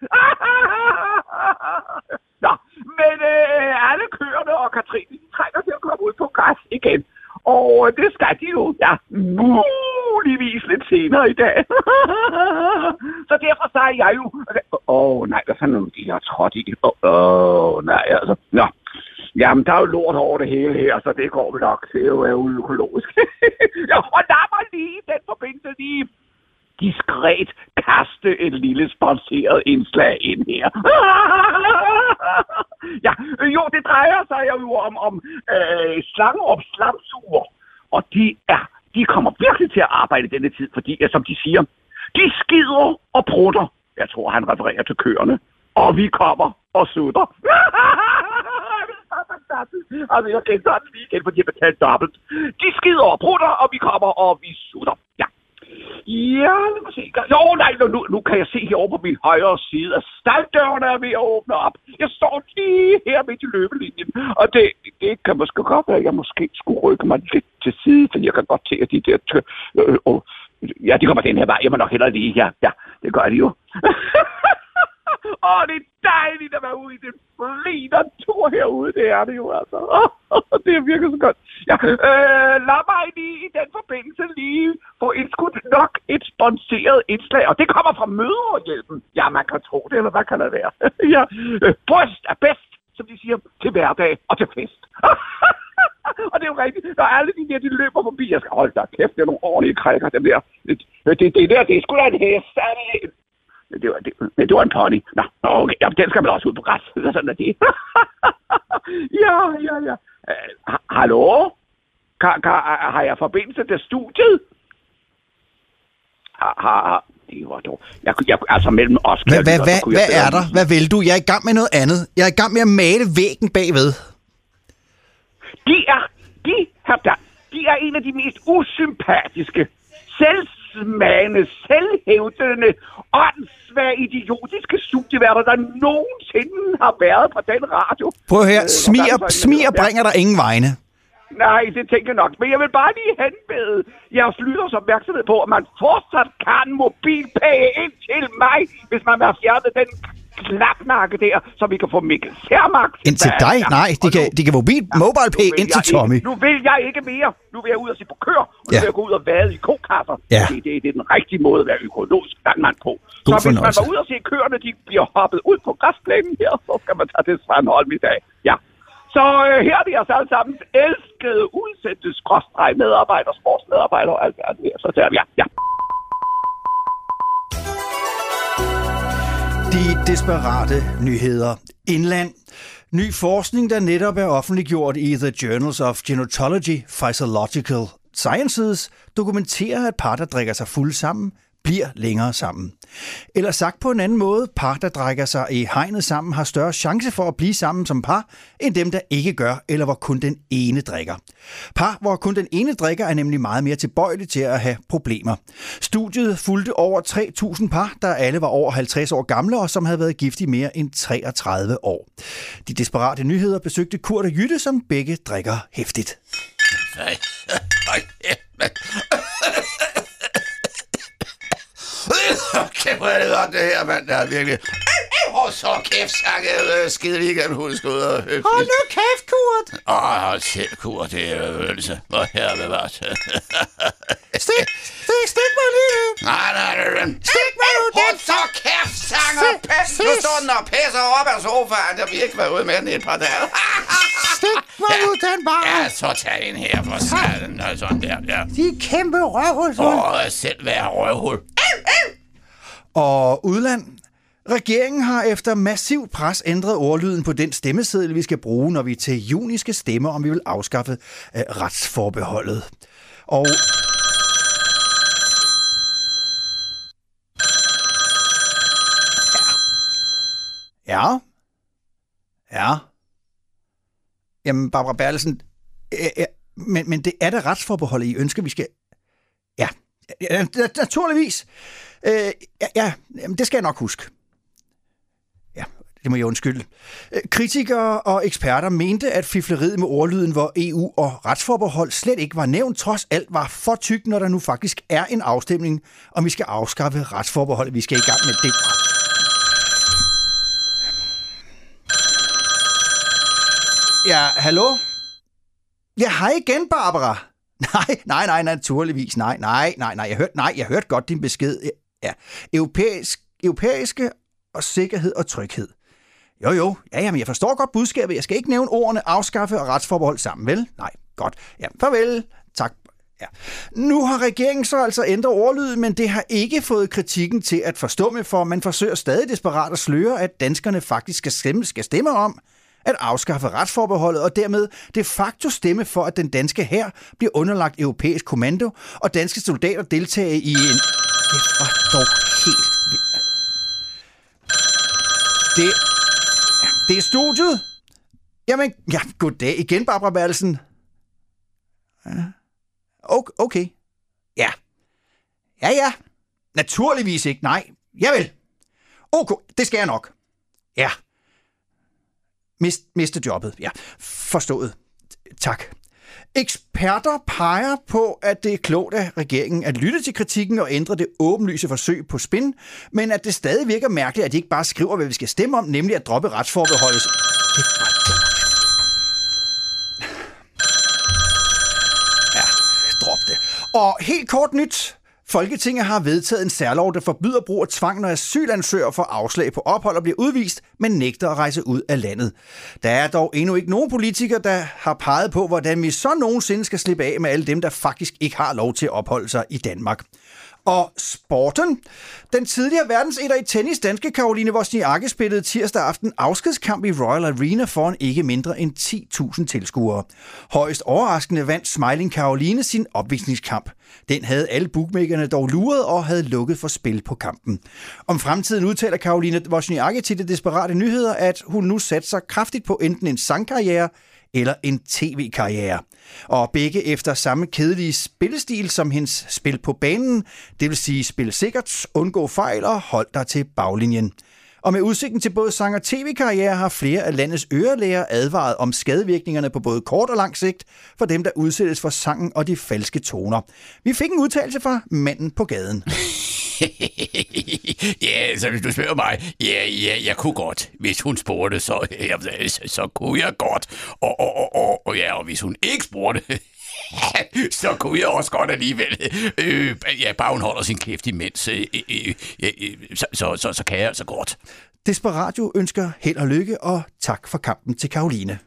Nå, men alle køerne og Katrine, de trænger til at komme ud på græs igen. Og det skal de jo, muligvis lidt senere i dag. Så derfor sagde jeg jo... nej, hvad fanden er nu, de har trådt i? Nej, altså... Nå. Jamen, der er jo lort over det hele her, så det går vel nok. Det er jo økologisk. Og lad mig lige den forbindelse lige diskret kaste et lille sponsoreret indslag ind her. Ja, jo, det drejer sig jo om Slangerup Slamsuger. Og de kommer virkelig til at arbejde i denne tid, fordi, som de siger, de skider og prutter. Jeg tror, han refererer til køerne. Og vi kommer og sutter. Altså, jeg gentager det lige igen, fordi jeg betalte dobbelt. De skider og prutter, og vi kommer og vi sutter. Ja. Ja, lad mig se. Jo, nej, nu kan jeg se herovre på min højre side, at stalddørene er ved at åbne op. Jeg står lige her midt i løbelinjen, og det kan måske godt være, at jeg måske skulle rykke mig lidt til side, for jeg kan godt se, at de der... ja, de kommer den her vej. Jeg må nok hellere lige her. Ja, det gør de jo. Det er dejligt at være ude i den fri natur herude. Det er det jo altså. Det er virkelig så godt. Ja, lad mig lige i den forbindelse lige få indskudt nok et sponsoreret indslag. Og det kommer fra Mødrehjælpen. Ja, man kan tro det, eller hvad kan det være? Ja, bryst er bedst, som de siger, til hverdag og til fest. Og det er jo rigtigt. Når alle de der, de løber forbi, jeg skal holde dig kæft, det er nogle ordentlige krækker, dem der. Det er sgu da en hest. Det var en pony. Nå, okay. Ja, den skal man også ud på græs. Sådan er det. Ja. Hallo? Har jeg forbindelse til studiet? Det var dog... Altså mellem os... Hvad er der? Hvad vil du? Jeg er i gang med noget andet. Jeg er i gang med at male væggen bagved. De er en af de mest usympatiske, selvsmagende, selvhævdende, åndssvage, idiotiske studieværter, der nogensinde har været på den radio. Prøv her, smier bringer der ingen vegne. Nej, det tænker jeg nok. Men jeg vil bare lige henbede jeres lytters opmærksomhed på, at man fortsat kan mobilpay ind til mig, hvis man vil fjerne den klapnakke der, så vi kan få Mikkel Særmark. Ind til dig? Nej, de kan mobilpay ind til Tommy. Nu vil jeg ikke mere. Nu vil jeg ud og se på køer, og nu vil jeg gå ud og vade i kokasser. Ja. Det er den rigtige måde at være økologisk landmand på. Så hvis man var ud og se køerne, de bliver hoppet ud på græsplænen her, så skal man tage det Svanholm i dag. Ja. Så her er vi altså alle sammen elskede udsendte skråstreg medarbejder, sportsmedarbejder og alt det her. Så der, ja. De desperate nyheder. Indland. Ny forskning, der netop er offentliggjort i The Journals of Genotology Physiological Sciences, dokumenterer, at par, der drikker sig fulde sammen, bliver længere sammen. Eller sagt på en anden måde, par, der drikker sig i hegnet sammen, har større chance for at blive sammen som par, end dem, der ikke gør, eller hvor kun den ene drikker. Par, hvor kun den ene drikker, er nemlig meget mere tilbøjelige til at have problemer. Studiet fulgte over 3.000 par, der alle var over 50 år gamle, og som havde været gift i mere end 33 år. De desperate nyheder besøgte Kurt og Jytte, som begge drikker hæftigt. Okay, hvor er det godt det her, mand. Der er virkelig... så kæft, sakket skide lige igennem hovedet ud og høfligt. Hold nu kæft, Kurt! Hold selv, Kurt, det er øvelse. Hvor her vil være til. Stik mig lige. Nej. Stik mig nu, hold så kæft, sanger. Nu står den og pisser op af sofaen. Jeg vil ikke være ude med den i et par dage. Stik mig nu, den bare. Ja, så tag en her for satan. Og sådan der, ja. De kæmpe røvhul. Selv være røvhul. Og udland. Regeringen har efter massivt pres ændret ordlyden på den stemmeseddel, vi skal bruge, når vi til juni skal stemme, om vi vil afskaffe retsforbeholdet. Og Ja. Jamen, Barbara Bertelsen, men det er da retsforbeholdet, I ønsker, vi skal... Ja, naturligvis. Det skal jeg nok huske. Ja, det må jeg undskylde. Kritikere og eksperter mente, at fifleriet med ordlyden, hvor EU og retsforbehold slet ikke var nævnt, trods alt var for tykt, når der nu faktisk er en afstemning, om vi skal afskaffe retsforbeholdet. Vi skal i gang med det. Ja, hallo? Ja, hej igen, Barbara. Nej, naturligvis. Nej. Jeg hørte godt din besked. Ja, europæiske og sikkerhed og tryghed. Jo. Ja, men jeg forstår godt budskabet. Jeg skal ikke nævne ordene afskaffe og retsforbehold sammen, vel? Nej, godt. Ja, farvel. Tak. Ja. Nu har regeringen så altså ændret ordlyden, men det har ikke fået kritikken til at forstumme, for man forsøger stadig desperat at sløre, at danskerne faktisk skal stemme om at afskaffe retsforbeholdet, og dermed de facto stemme for, at den danske hær bliver underlagt europæisk kommando, og danske soldater deltager i en... Det var dog helt vildt. Det er studiet. Jamen, ja, goddag igen, Barbara Bertelsen. Okay. Ja. Naturligvis ikke, nej. Javel. Okay, det skal jeg nok. Ja. Miste jobbet. Ja, forstået. Tak. Eksperter peger på, at det er klogt af regeringen at lytte til kritikken og ændre det åbenlyse forsøg på spin, men at det stadig virker mærkeligt, at de ikke bare skriver, hvad vi skal stemme om, nemlig at droppe retsforbeholdet. Ja, drop det. Og helt kort nyt. Folketinget har vedtaget en særlov, der forbyder brug af tvang, når asylansøgere får afslag på ophold og bliver udvist, men nægter at rejse ud af landet. Der er dog endnu ikke nogen politikere, der har peget på, hvordan vi så nogensinde skal slippe af med alle dem, der faktisk ikke har lov til at opholde sig i Danmark. Og sporten. Den tidligere verdensetter i tennis, danske Caroline Wozniacki, spillede tirsdag aften afskedskamp i Royal Arena foran ikke mindre end 10.000 tilskuere. Højst overraskende vandt Smiling Caroline sin opvisningskamp. Den havde alle bookmakerne dog luret og havde lukket for spil på kampen. Om fremtiden udtaler Caroline Wozniacki til de desperate nyheder, at hun nu satser sig kraftigt på enten en sangkarriere eller en tv-karriere. Og begge efter samme kedelige spillestil som hendes spil på banen, det vil sige spil sikkert, undgå fejl og hold dig til baglinjen. Og med udsigten til både sang- og tv-karriere har flere af landets ørelæger advaret om skadevirkningerne på både kort og lang sigt for dem, der udsættes for sangen og de falske toner. Vi fik en udtalelse fra manden på gaden. Ja, så hvis du spørger mig, jeg kunne godt. Hvis hun spurgte, så kunne jeg godt. Og hvis hun ikke spurgte, så kunne jeg også godt alligevel. Bare hun holder sin kæft imens. Så kan jeg altså godt. Desperatio ønsker held og lykke, og tak for kampen til Caroline.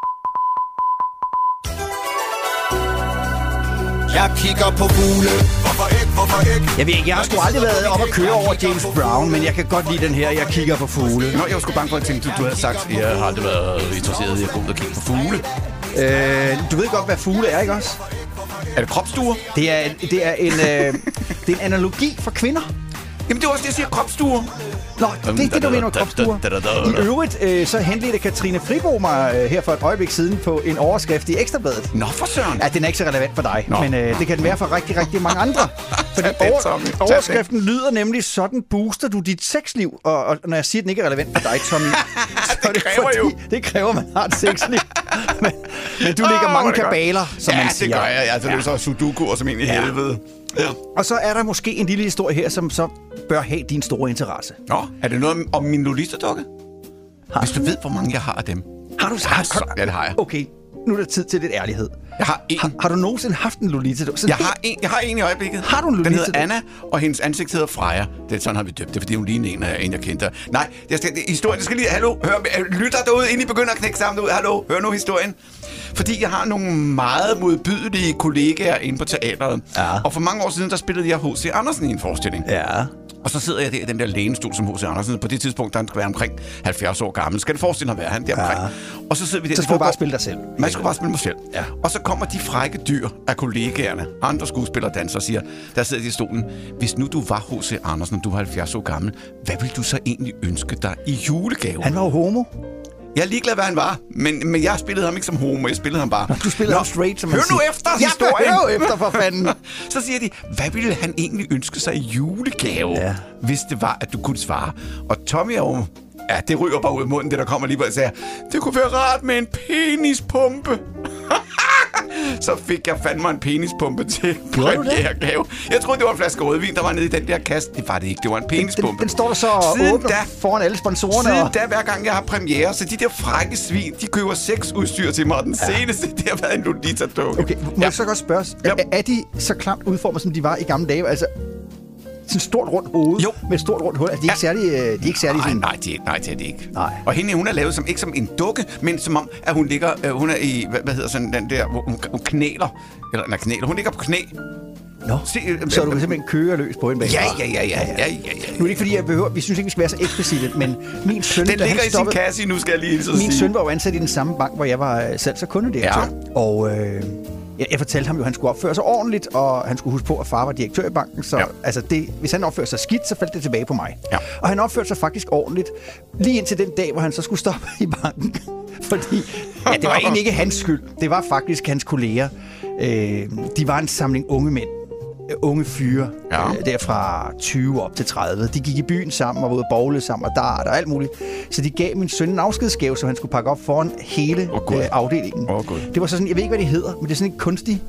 Jeg kigger på fugle. Hvorfor ikke? Jeg ved ikke, jeg har sgu aldrig været op og køre over James Brown, men jeg kan godt lide den her, jeg kigger på fugle. Nå, jeg var sgu bange for, at jeg tænkte, du havde sagt, at jeg har aldrig været interesseret i at gå ud og kigge på fugle. Du ved godt, hvad fugle er, ikke også? Er det kropsstuer? Det er en analogi for kvinder. Jamen, det er også det, jeg siger, kropsstuer. Nå, det er det, du mener med kropsstuer. I øvrigt, så henledte Katrine Fribo mig her for et øjeblik siden på en overskrift i Ekstrabladet. Nå, for søren. Ja, den er ikke så relevant for dig, men det kan den være for rigtig, rigtig mange andre. Fordi overskriften lyder nemlig, sådan booster du dit sexliv. Og når jeg siger, at den ikke er relevant for dig, Tommy, så det kræver jo. Det kræver, at man har et sexliv. men du ligger mange kabaler, som man siger. Ja, det gør jeg. Altså, det er så sudoku og som en i helvede. Ja. Og så er der måske en lille historie her, som så bør have din store interesse. Nå, er det noget om min Lolita-dukke? Hvis du ved, hvor mange jeg har af dem. Har du så? Ja, det har jeg. Okay, nu er der tid til lidt ærlighed. Jeg har en. Har du nogensinde haft en Lolita-dukke? Jeg har en i øjeblikket. Har du en Lolita-dukke? Den hedder Anna, og hendes ansigt hedder Freja. Sådan har vi døbt det, fordi hun ligner en, jeg kendte. Nej, historien skal lige... Hallo, lytter derude, inden I begynder at knække sammen derude. Hallo, hør nu historien. Fordi jeg har nogle meget modbydelige kollegaer inde på teateret. Ja. Og for mange år siden, der spillede jeg H.C. Andersen i en forestilling. Ja. Og så sidder jeg der i den der lænestol som H.C. Andersen. På det tidspunkt, der han skal være omkring 70 år gammel. Skal det forestille at være han der omkring? Og så sidder vi der. Så skal du bare spille dig selv. Man skal bare spille mig selv. Ja. Og så kommer de frække dyr af kollegaerne, andre skuespillere og dansere, og siger, der sidder de i stolen, hvis nu du var H.C. Andersen, og du var 70 år gammel, hvad ville du så egentlig ønske dig i julegave? Han var jo homo. Jeg er ligeglad, hvad han var, men jeg spillede ham ikke som homo, jeg spillede ham bare. Du spillede ham straight, som man siger. Hør nu efter historien! Hør efter, for fanden! Så siger de, hvad ville han egentlig ønske sig i julegave, hvis det var, at du kunne svare? Og Tommy er jo... Ja, det ryger bare ud af munden, det der kommer lige hvor jeg sagde, det kunne være rart med en penispumpe. Så fik jeg fandme en penispumpe til premieregave. Jeg troede, det var en flaske rødvin, der var nede i den der kasse. Det var det ikke, det var en penispumpe. Den står der så åbner foran alle sponsorerne. Siden da, hver gang jeg har premiere, så de der frække svin, de køber sexudstyr til mig. Og den seneste, det har været en Lolita-dukke. Okay, må jeg så godt spørge, er de så klamt udformet, som de var i gamle dage? Altså, sådan et stort rundt hoved med et stort rundt hul. Altså, de er ikke særlig sådan... Nej, det er det ikke. Nej. Og hende, hun er lavet ikke som en dukke, men som om, at hun ligger... hun er i... Hvad hedder sådan den der... Hvor hun knæler. Eller nej, knæler. Hun ligger på knæ. Nå, så du simpelthen kører løs på hende bag. Ja. Nu er det ikke, fordi vi synes ikke, vi skal være så eksplicite, men min søn... Den ligger i sin kasse, nu skal jeg lige sige. Min søn var jo ansat i den samme bank, hvor jeg var salgs- og kundedirektør. Ja. Og... Jeg fortalte ham jo, at han skulle opføre sig ordentligt, og han skulle huske på, at far var direktør i banken. Så altså hvis han opførte sig skidt, så faldt det tilbage på mig. Ja. Og han opførte sig faktisk ordentligt, lige indtil den dag, hvor han så skulle stoppe i banken. Fordi det var egentlig ikke hans skyld. Det var faktisk hans kolleger. De var en samling unge mænd. Unge fyre, der fra 20 op til 30. De gik i byen sammen og var ude at bowle sammen og dart og alt muligt. Så de gav min søn en afskedsgave, som han skulle pakke op foran hele afdelingen. Det var så sådan, jeg ved ikke, hvad det hedder, men det er sådan en kunstig...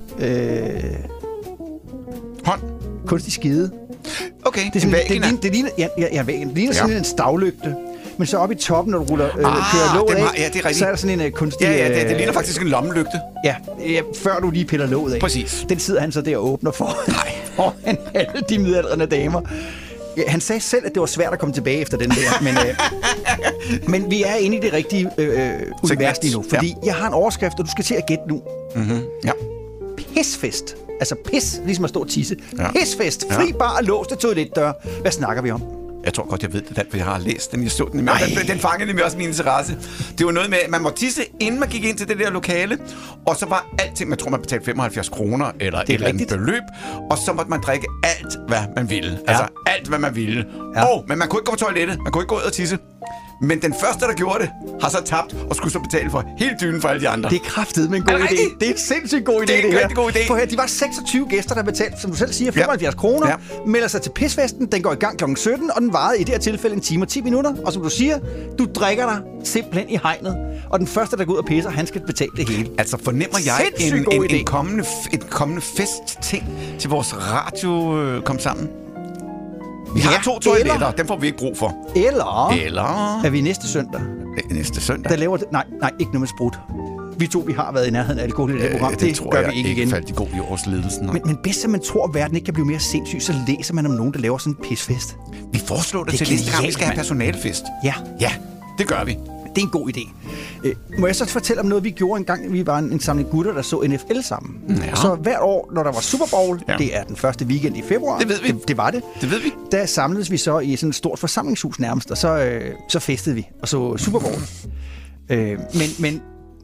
hånd? Kunstig skide. Okay, det ligner sådan en stavlygte. Men så oppe i toppen, når du kører låget af, så er der sådan en kunstig... Ja, det ligner faktisk en lommelygte. Ja, før du lige piller låget af. Præcis. Den sidder han så der og åbner foran alle de midaldrende damer. Ja, han sagde selv, at det var svært at komme tilbage efter den der, men vi er inde i det rigtige univers lige nu. Fordi jeg har en overskrift, og du skal til at gætte nu. Mm-hmm. Ja. Pisfest. Altså pis, ligesom at stå og tisse. Ja. Pisfest. Fri bar og låste toiletdør. Hvad snakker vi om? Jeg tror godt, jeg ved det, for jeg har læst den. Jeg så den. Den fangede nemlig også min interesse. Det var noget med, at man måtte tisse, inden man gik ind til det der lokale. Og så var alting, man tror, man betalte 75 kroner eller et eller andet beløb. Og så måtte man drikke alt, hvad man ville. Ja. Altså alt, hvad man ville. Ja. Men man kunne ikke gå på toilettet. Man kunne ikke gå ud og tisse. Men den første, der gjorde det, har så tabt og skulle så betale for hele dynen for alle de andre. Det er kraftedeme en god idé. Det er en sindssygt god idé, det her. Det er en rigtig god idé. For her, de var 26 gæster, der betalte, som du selv siger, 75 kroner. Ja. Melder sig til pisfesten. Den går i gang kl. 17, og den varede i det her tilfælde 1 time og 10 minutter. Og som du siger, du drikker dig simpelthen i hegnet. Og den første, der går ud og pisser, han skal betale det hele. Altså fornemmer jeg en kommende festting til vores radio kom sammen? Vi har 2 toiletter, dem får vi ikke brug for. Eller er vi næste søndag? Næste søndag? Der laver nej, ikke noget med sprut. Vi 2, vi har været i nærheden af alkohol i det program. Det tror gør vi ikke igen. Faldt i god jordsledelsen. Men bedst som man tror, at verden ikke kan blive mere sindssyg, så læser man om nogen, der laver sådan en pisfest. Vi foreslår det til næste gang, vi skal have personalfest. Ja. Ja, det gør vi. det er en god idé. Må jeg så fortælle om noget, vi gjorde en gang? Vi var en samling gutter, der så NFL sammen. Ja. Så hvert år, når der var Super Bowl, det er den første weekend i februar. Det ved vi. Det var det. Det ved vi. Der samledes vi så i sådan et stort forsamlingshus nærmest, og så festede vi og så Super Bowl. Men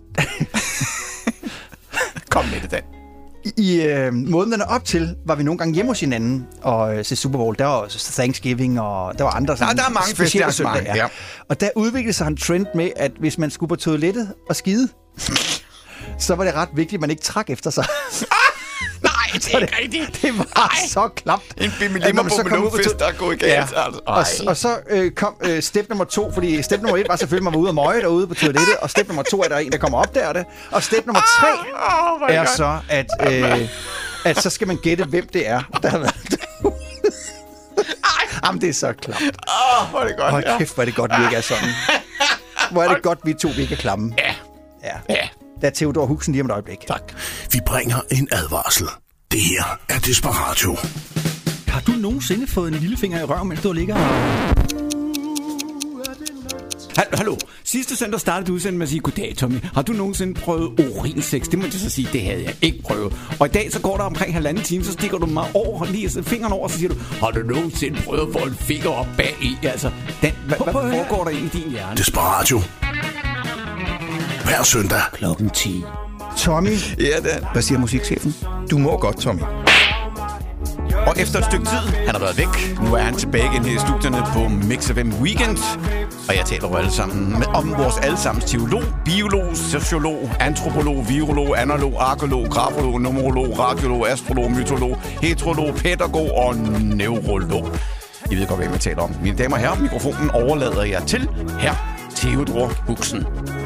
kom med det, Dan. I månederne op til var vi nogle gange hjemme hos hinanden og se Super Bowl. Der var også Thanksgiving, og der var andre sådan der er mange specielle søndage. Ja. Og der udviklede sig en trend med, at hvis man skulle på toilettet og skide, så var det ret vigtigt, at man ikke trak efter sig. Nej, det er ikke rigtigt. Det var så klamt. En bimmelimmer på melonfest, der er gået i galt. Og så kom step nummer 2, fordi step nummer 1 var selvfølgelig, at man var ude og møje derude på toilettet, og step nummer 2 er der en, der kommer op der. Og step nummer 3 er så, at så skal man gætte, hvem det er, der har været derude. Jamen, det er så klamt. Hvor er det godt. Hold kæft, hvor er det godt, vi ikke er sådan. Hvor er det godt, vi to vi ikke er klamme. Ja. Der er Theodor Huxen lige om et øjeblik. Tak. Vi bringer en advarsel. Det her er Desperatio. Har du nogensinde fået en lillefinger i røven, mens du ligger Hallo. Sidste søndag startede udsendelsen med at sige, goddag Tommy. Har du nogensinde prøvet urinsex? Det må jeg så sige, det havde jeg ikke prøvet. Og i dag så går der omkring 1,5 time, så stikker du mig over, lige fingeren over, og så siger du, har du nogensinde prøvet at få en finger op bag i? Altså, hvad foregår der i din hjerne? Desperatio. Hver søndag. Klokken 10. Tommy. Ja, Dan. Hvad siger musikchefen? Du må godt, Tommy. Og efter et stykke tid, han har været væk. Nu er han tilbage igen her i studierne på Mix FM Weekend. Og jeg taler jo alle sammen om vores allesammens teolog, biolog, sociolog, antropolog, virolog, analog, arkeolog, grafolog, numerolog, radiolog, astrolog, mytolog, heterolog, pædagog og neurolog. I ved godt, hvad jeg taler om. Mine damer og herrer, mikrofonen overlader jeg til her Theodor Huxen.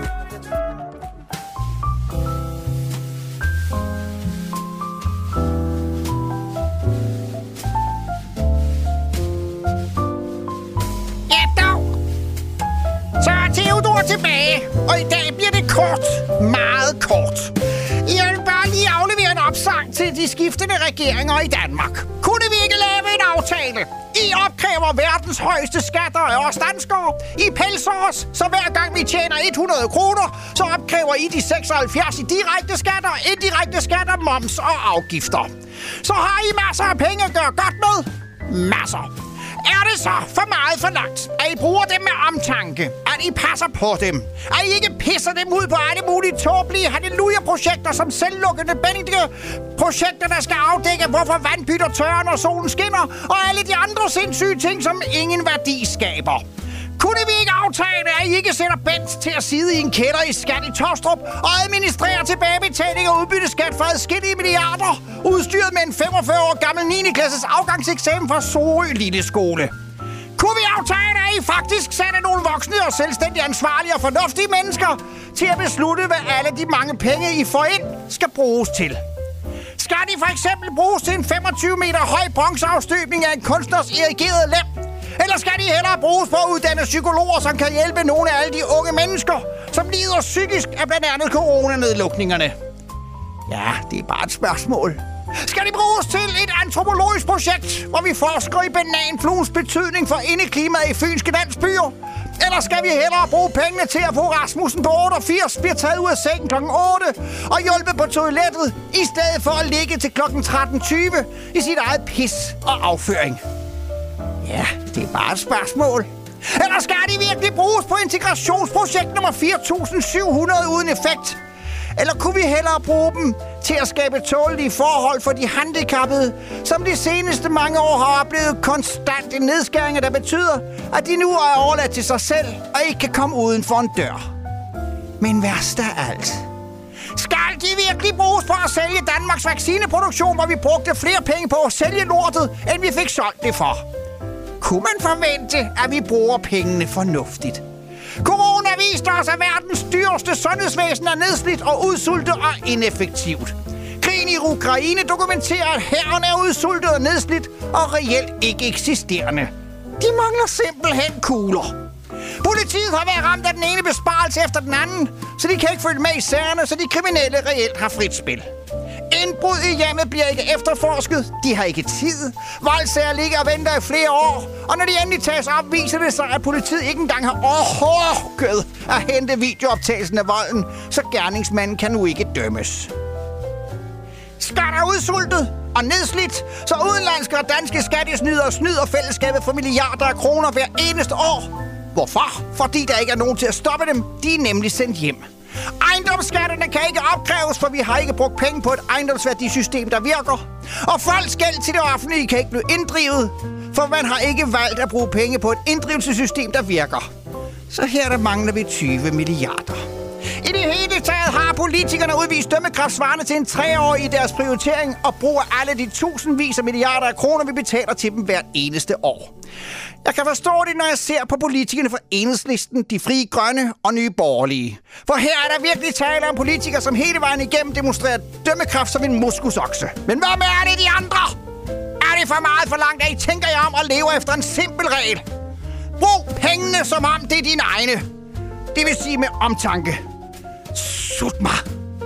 Tilbage, og i dag bliver det kort, meget kort. Jeg vil bare lige aflevere en opsang til de skiftende regeringer i Danmark. Kunne vi ikke lave en aftale? I opkræver verdens højeste skatter af os danskere. I pelser os, så hver gang vi tjener 100 kroner, så opkræver I de 76 i direkte skatter, indirekte skatter, moms og afgifter. Så har I masser af penge at gøre godt med. Masser. Er det så for meget forlangt, at I bruger dem med omtanke? At I passer på dem? At I ikke pisser dem ud på alle mulige tåbelige halleluja-projekter som selvlukkende Benedict-projekter, der skal afdække, hvorfor vand bytter tørre, når solen skinner, og alle de andre sindssyge ting, som ingen værdi skaber? Kunne vi ikke aftale, at I ikke sætter Bent til at sidde i en kælder i Skat i Tostrup og administrere tilbagebetaling og udbytteskat for adskillige milliarder, udstyret med en 45 år gammel 9. klasses afgangseksamen fra Sorø Lille Skole? Kunne vi aftale, at I faktisk sætter nogle voksne og selvstændigt ansvarlige og fornuftige mennesker til at beslutte, hvad alle de mange penge, I får ind, skal bruges til? Skal de for eksempel bruges til en 25 meter høj bronzeafstøbning af en kunstners erigerede lem? Eller skal de hellere bruges på at uddanne psykologer, som kan hjælpe nogle af alle de unge mennesker, som lider psykisk af blandt andet coronanedlukningerne? Ja, det er bare et spørgsmål. Skal de bruges til et antropologisk projekt, hvor vi forsker i bananfluens betydning for indeklimaet i fynske landsbyer? Eller skal vi hellere bruge pengene til at få Rasmussen på 88 bliver taget ud af sengen kl. 8 og hjælpe på toilettet, i stedet for at ligge til kl. 13.20 i sit eget pis og afføring? Ja, det er bare et spørgsmål. Eller skal de virkelig bruges på integrationsprojekt nummer 4.700 uden effekt? Eller kunne vi hellere bruge dem til at skabe tålelige forhold for de handicappede, som de seneste mange år har oplevet konstante nedskæringer, der betyder, at de nu er overladt til sig selv og ikke kan komme uden for en dør? Men værst af alt, skal de virkelig bruges på at sælge Danmarks vaccineproduktion, hvor vi brugte flere penge på at sælge lortet, end vi fik solgt det for? Kunne man forvente, at vi bruger pengene fornuftigt? Corona viste os, at verdens dyreste sundhedsvæsen er nedslidt og udsultet og ineffektivt. Krigen i Ukraine dokumenterer, at hæren er udsultet og nedslidt og reelt ikke eksisterende. De mangler simpelthen kugler. Politiet har været ramt af den ene besparelse efter den anden, så de kan ikke følge med i sagerne, så de kriminelle reelt har frit spil. Indbrud i hjemmet bliver ikke efterforsket. De har ikke tid. Voldsager ligger og venter i flere år. Og når de endelig tages op, viser det sig, at politiet ikke engang har overhåret at hente videooptagelsen af volden, så gerningsmanden kan nu ikke dømmes. Skat er udsultet og nedslidt, så udenlandske og danske skattesnydere snyder fællesskabet for milliarder af kroner hver eneste år. Hvorfor? Fordi der ikke er nogen til at stoppe dem. De er nemlig sendt hjem. Ejendomsskatterne kan ikke opkræves, for vi har ikke brugt penge på et ejendomsværdisystem, der virker. Og folks gæld til det offentlige kan ikke blive inddrivet, for man har ikke valgt at bruge penge på et inddrivelsessystem, der virker. Så her der mangler vi 20 milliarder. I det hele taget har politikerne udvist dømmekraft svarende til en 3-årig i deres prioritering og bruger alle de tusindvis af milliarder af kroner, vi betaler til dem hvert eneste år. Jeg kan forstå det, når jeg ser på politikerne fra Enhedslisten, de Frie Grønne og Nye Borgerlige. For her er der virkelig tale om politikere, som hele vejen igennem demonstrerer dømmekraft som en moskusokse. Men hvad med er det de andre? Er det for meget for langt, at I tænker jer om og lever efter en simpel regel? Brug pengene, som om det er dine egne. Det vil sige med omtanke. Sut mig.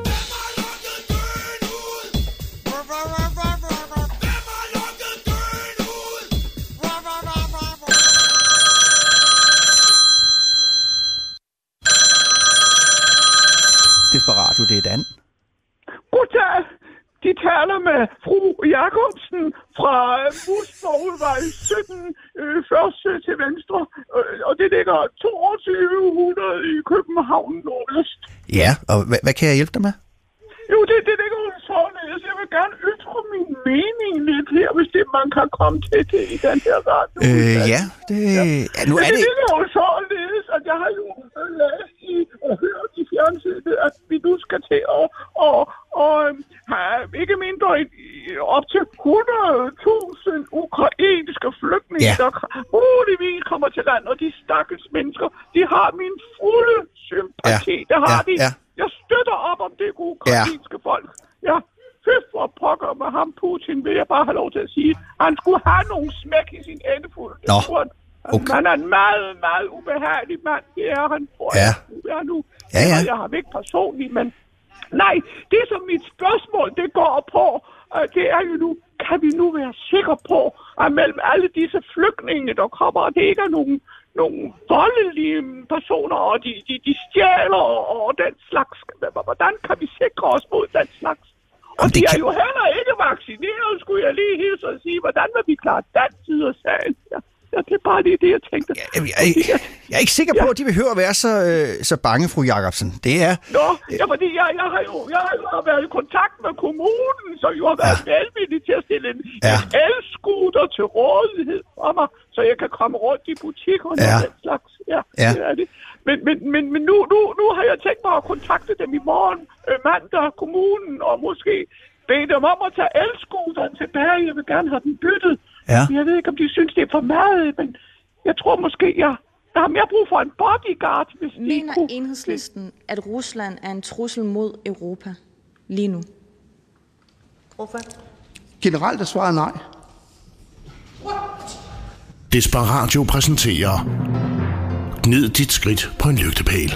Desperatio, det er Dan. Goddag. De taler med fru Jacobsen fra Busborgvej 17, først til venstre, og det ligger 2200 i København nordøst. Ja, og hvad kan jeg hjælpe dig med? Jo, det ligger jo således. Jeg vil gerne ytre min mening lidt her, hvis det man kan komme til det i den her radio. Ja, det... Ja, nu er det... Det ligger jo således, at jeg har jo læst og hørt i fjernsynet, at vi nu skal til at have ikke mindre op til 100.000 ukrainske flygtninge, der muligvis kommer til land, og de stakkels mennesker, de har min fulde sympati. Det har de. Ja. Jeg støtter op om det ukrainske folk. Ja, for pokker med ham Putin, vil jeg bare have lov til at sige. Han skulle have nogle smæk i sin endefuld. Okay. Han er en meget, meget ubehagelig mand. Det er han, tror jeg. Ja. Nu. Ja. Jeg har ikke personligt, men nej, det som mit spørgsmål, det går på, det er jo nu, kan vi nu være sikre på, at mellem alle disse flygtninge, der kommer, det ikke er nogle voldelige personer, og de stjæler og den slags. Hvordan kan vi sikre os mod den slags? Og de er jo heller ikke vaccineret, skulle jeg lige hilse og sige. Hvordan vil vi klare den side af sagen? Ja, det er bare lige det, jeg tænkte. Jeg er ikke sikker på, at de behøver at være så bange, fru Jacobsen. Det er... Fordi jeg har jo været i kontakt med kommunen, som jo har været velvillig til at stille en elskuter til rådighed for mig, så jeg kan komme rundt i butikkerne og den slags. Ja, det er det. Men nu har jeg tænkt mig at kontakte dem i morgen, mandag, kommunen, og måske bede dem om at tage elskuteren tilbage. Jeg vil gerne have den byttet. Ja. Jeg ved ikke, om de synes, det er for meget, men jeg tror måske, jeg har mere brug for en bodyguard. Mener Enhedslisten, at Rusland er en trussel mod Europa lige nu? Hvorfor? Generelt er svaret nej. Desperatio præsenterer Gnid dit skridt på en lygtepæl.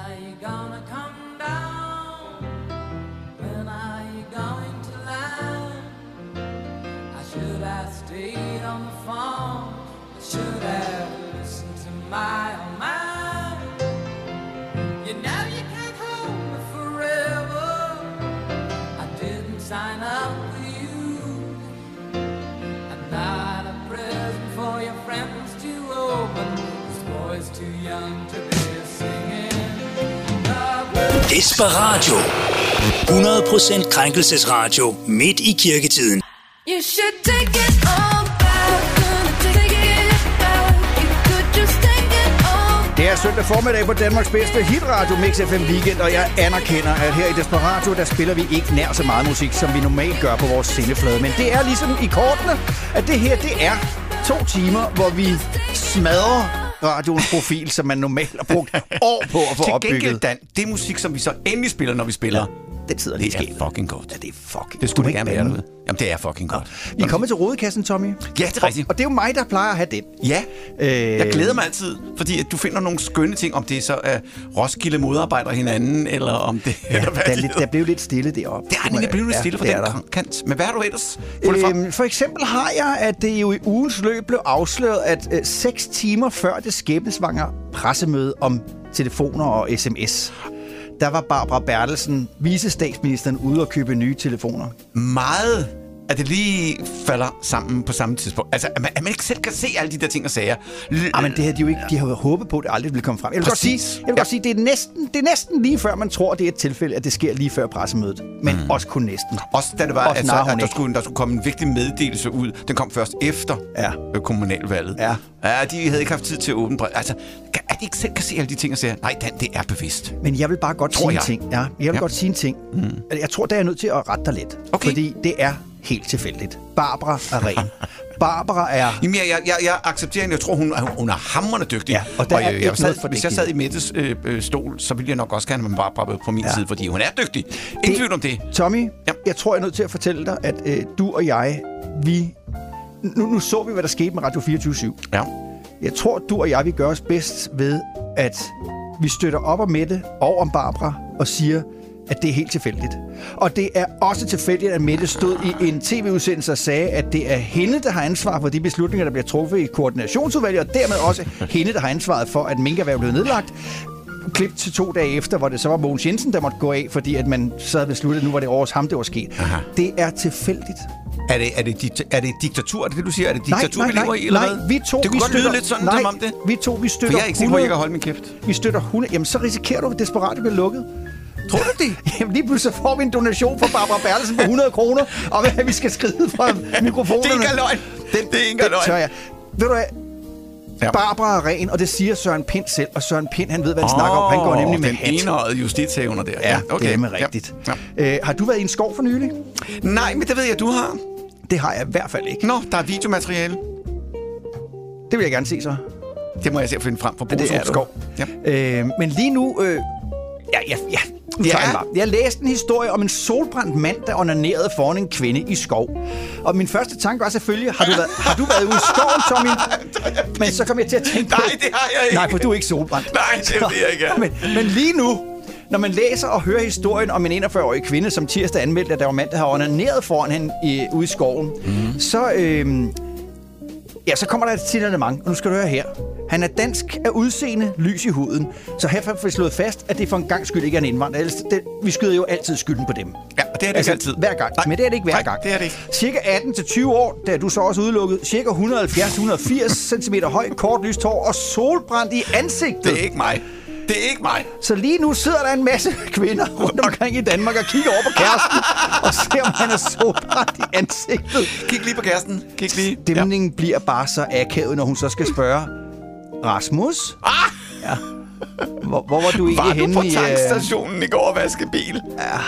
Desperatio. 100% krænkelsesradio midt i kirketiden. You should take it all back. Take it back. You could just take it all. Det er søndag formiddag på Danmarks bedste hitradio Mix FM Weekend, og jeg anerkender, at her i Desperatio, der spiller vi ikke nær så meget musik, som vi normalt gør på vores sendeflade. Men det er ligesom i kortene, at det her, det er 2 timer, hvor vi smadrer radioens profil, som man normalt har brugt år på at få opbygget. Til gengæld, Dan, det er musik, som vi så endelig spiller, når vi spiller den sidder lige i skabet. Det er fucking godt. Ja, det er fucking. Det skulle det gerne være derude. Jamen, det er fucking godt. Vi er kommet til rodekassen, Tommy. Ja, det er rigtigt. Og det er jo mig, der plejer at have den. Ja, jeg glæder mig altid, fordi at du finder nogle skønne ting, om det så er Roskilde modarbejder hinanden, eller om det... Ja, der blev lidt stille deroppe. Det er nemlig blevet lidt stille for den kant. Men hvad har du ellers? For eksempel har jeg, at det jo i ugens løb blev afsløret, at 6 timer før det skæbnesvangre pressemøde om telefoner og sms, der var Barbara Bertelsen, vicestatsministeren, ude og købe nye telefoner. Meget, at det lige falder sammen på samme tidspunkt. Altså, at man ikke selv kan se alle de der ting og sager. Men det havde de jo ikke. De har jo håbet på, at det aldrig ville komme frem. Jeg vil godt sige, det er næsten lige før, man tror, det er et tilfælde, at det sker lige før pressemødet. Men også kun næsten. Også da det var, at der skulle komme en vigtig meddelelse ud. Den kom først efter kommunalvalget. Ja, de havde ikke haft tid til at åbne brev. Altså, at de ikke selv kan se alle de ting og sager. Nej, det er bevidst. Men jeg vil bare godt sige en ting. Ja, jeg vil godt sige en ting. Jeg tror, der er nødt til at rette dig lidt. Okay. Fordi det er helt tilfældigt. Barbara er ren. Barbara er... Jamen, jeg accepterer hende. Jeg tror, hun er hamrende dygtig. Ja, og der er hvis jeg sad i Mettes stol, så ville jeg nok også gerne have Barbara på min side, fordi hun er dygtig. Ingen tvivl om det. Tommy, jeg tror, jeg er nødt til at fortælle dig, at du og jeg, nu så vi, hvad der skete med Radio 24/7. Ja. Jeg tror, du og jeg, vi gør os bedst ved, at vi støtter op om Mette og om Barbara og siger, at det er helt tilfældigt. Og det er også tilfældigt, at Mette stod i en tv-udsendelse og sagde, at det er hende, der har ansvar for de beslutninger, der bliver truffet i koordinationsudvalget, og dermed også hende, der har ansvaret for, at minkerhvervet blev nedlagt. Klip til 2 dage efter, hvor det så var Mogens Jensen, der måtte gå af, fordi at man så havde besluttet, at nu var det over ham, det var sket. Aha. Det er tilfældigt. Er det diktatur, er det du siger? Er det diktatur, vi lever i, eller hvad? Vi to, det kunne godt lyde lidt sådan, som om det. Vi støtter 100... For jeg er ikke sikker på, at jeg kan holde min kæft. Vi støtter 100... Jamen, så risikerer du, at Desperat bliver lukket. Tror du det? Jamen, lige pludselig får vi en donation fra Barbara Bertelsen på 100 kroner, og hvad vi skal skride fra mikrofonerne. Det er ikke løgn. Det er ikke løgn. Ved du hvad? Ja. Barbara er ren, og det siger Søren Pind selv, og Søren Pind, han ved, hvad han snakker om. Han går nemlig med hat. Den enøjede justitshævner der. Ja, okay. Det er med rigtigt. Ja. Har du været i en skov for nylig? Nej, men det ved jeg, du har. Det har jeg i hvert fald ikke. Nå, der er videomateriale. Det vil jeg gerne se så. Det må jeg se at finde frem fra Bostrup Skov. Ja. Men lige nu... Jeg læste en historie om en solbrændt mand, der onanerede foran en kvinde i skov. Og min første tanke var selvfølgelig, har du været ude i skoven, Tommy? Men så kom jeg til at tænke på... Nej, det har jeg ikke. Nej, for du er ikke solbrændt. Nej, det er jeg ikke. Men lige nu, når man læser og hører historien om en 41-årig kvinde, som tirsdag anmeldte, at der var en mand, der havde onaneret foran hende ude i skoven, så kommer der et signalement, og nu skal du høre her. Han er dansk af udseende, lys i huden. Så herfor får vi slået fast, at det for en gang skyld ikke er en indvandrer. Vi skyder jo altid skylden på dem. Ja, og det er det ikke altid. Hver gang. Nej, men det er det ikke hver gang. Det er det ikke. Cirka 18-20 år, der er du så også udelukket. Cirka 170-180 cm høj, kort lyst hår og solbrændt i ansigtet. Det er ikke mig. Det er ikke mig. Så lige nu sidder der en masse kvinder rundt omkring i Danmark og kigger over på kæresten og ser, om han er solbrændt i ansigtet. Kig lige på kæresten. Kig lige. Stemningen bliver bare så akavet, når hun så skal spørge, Rasmus? Ja. Hvor var du egentlig henne i... Var du på tankstationen i går og vaske bil? Ja.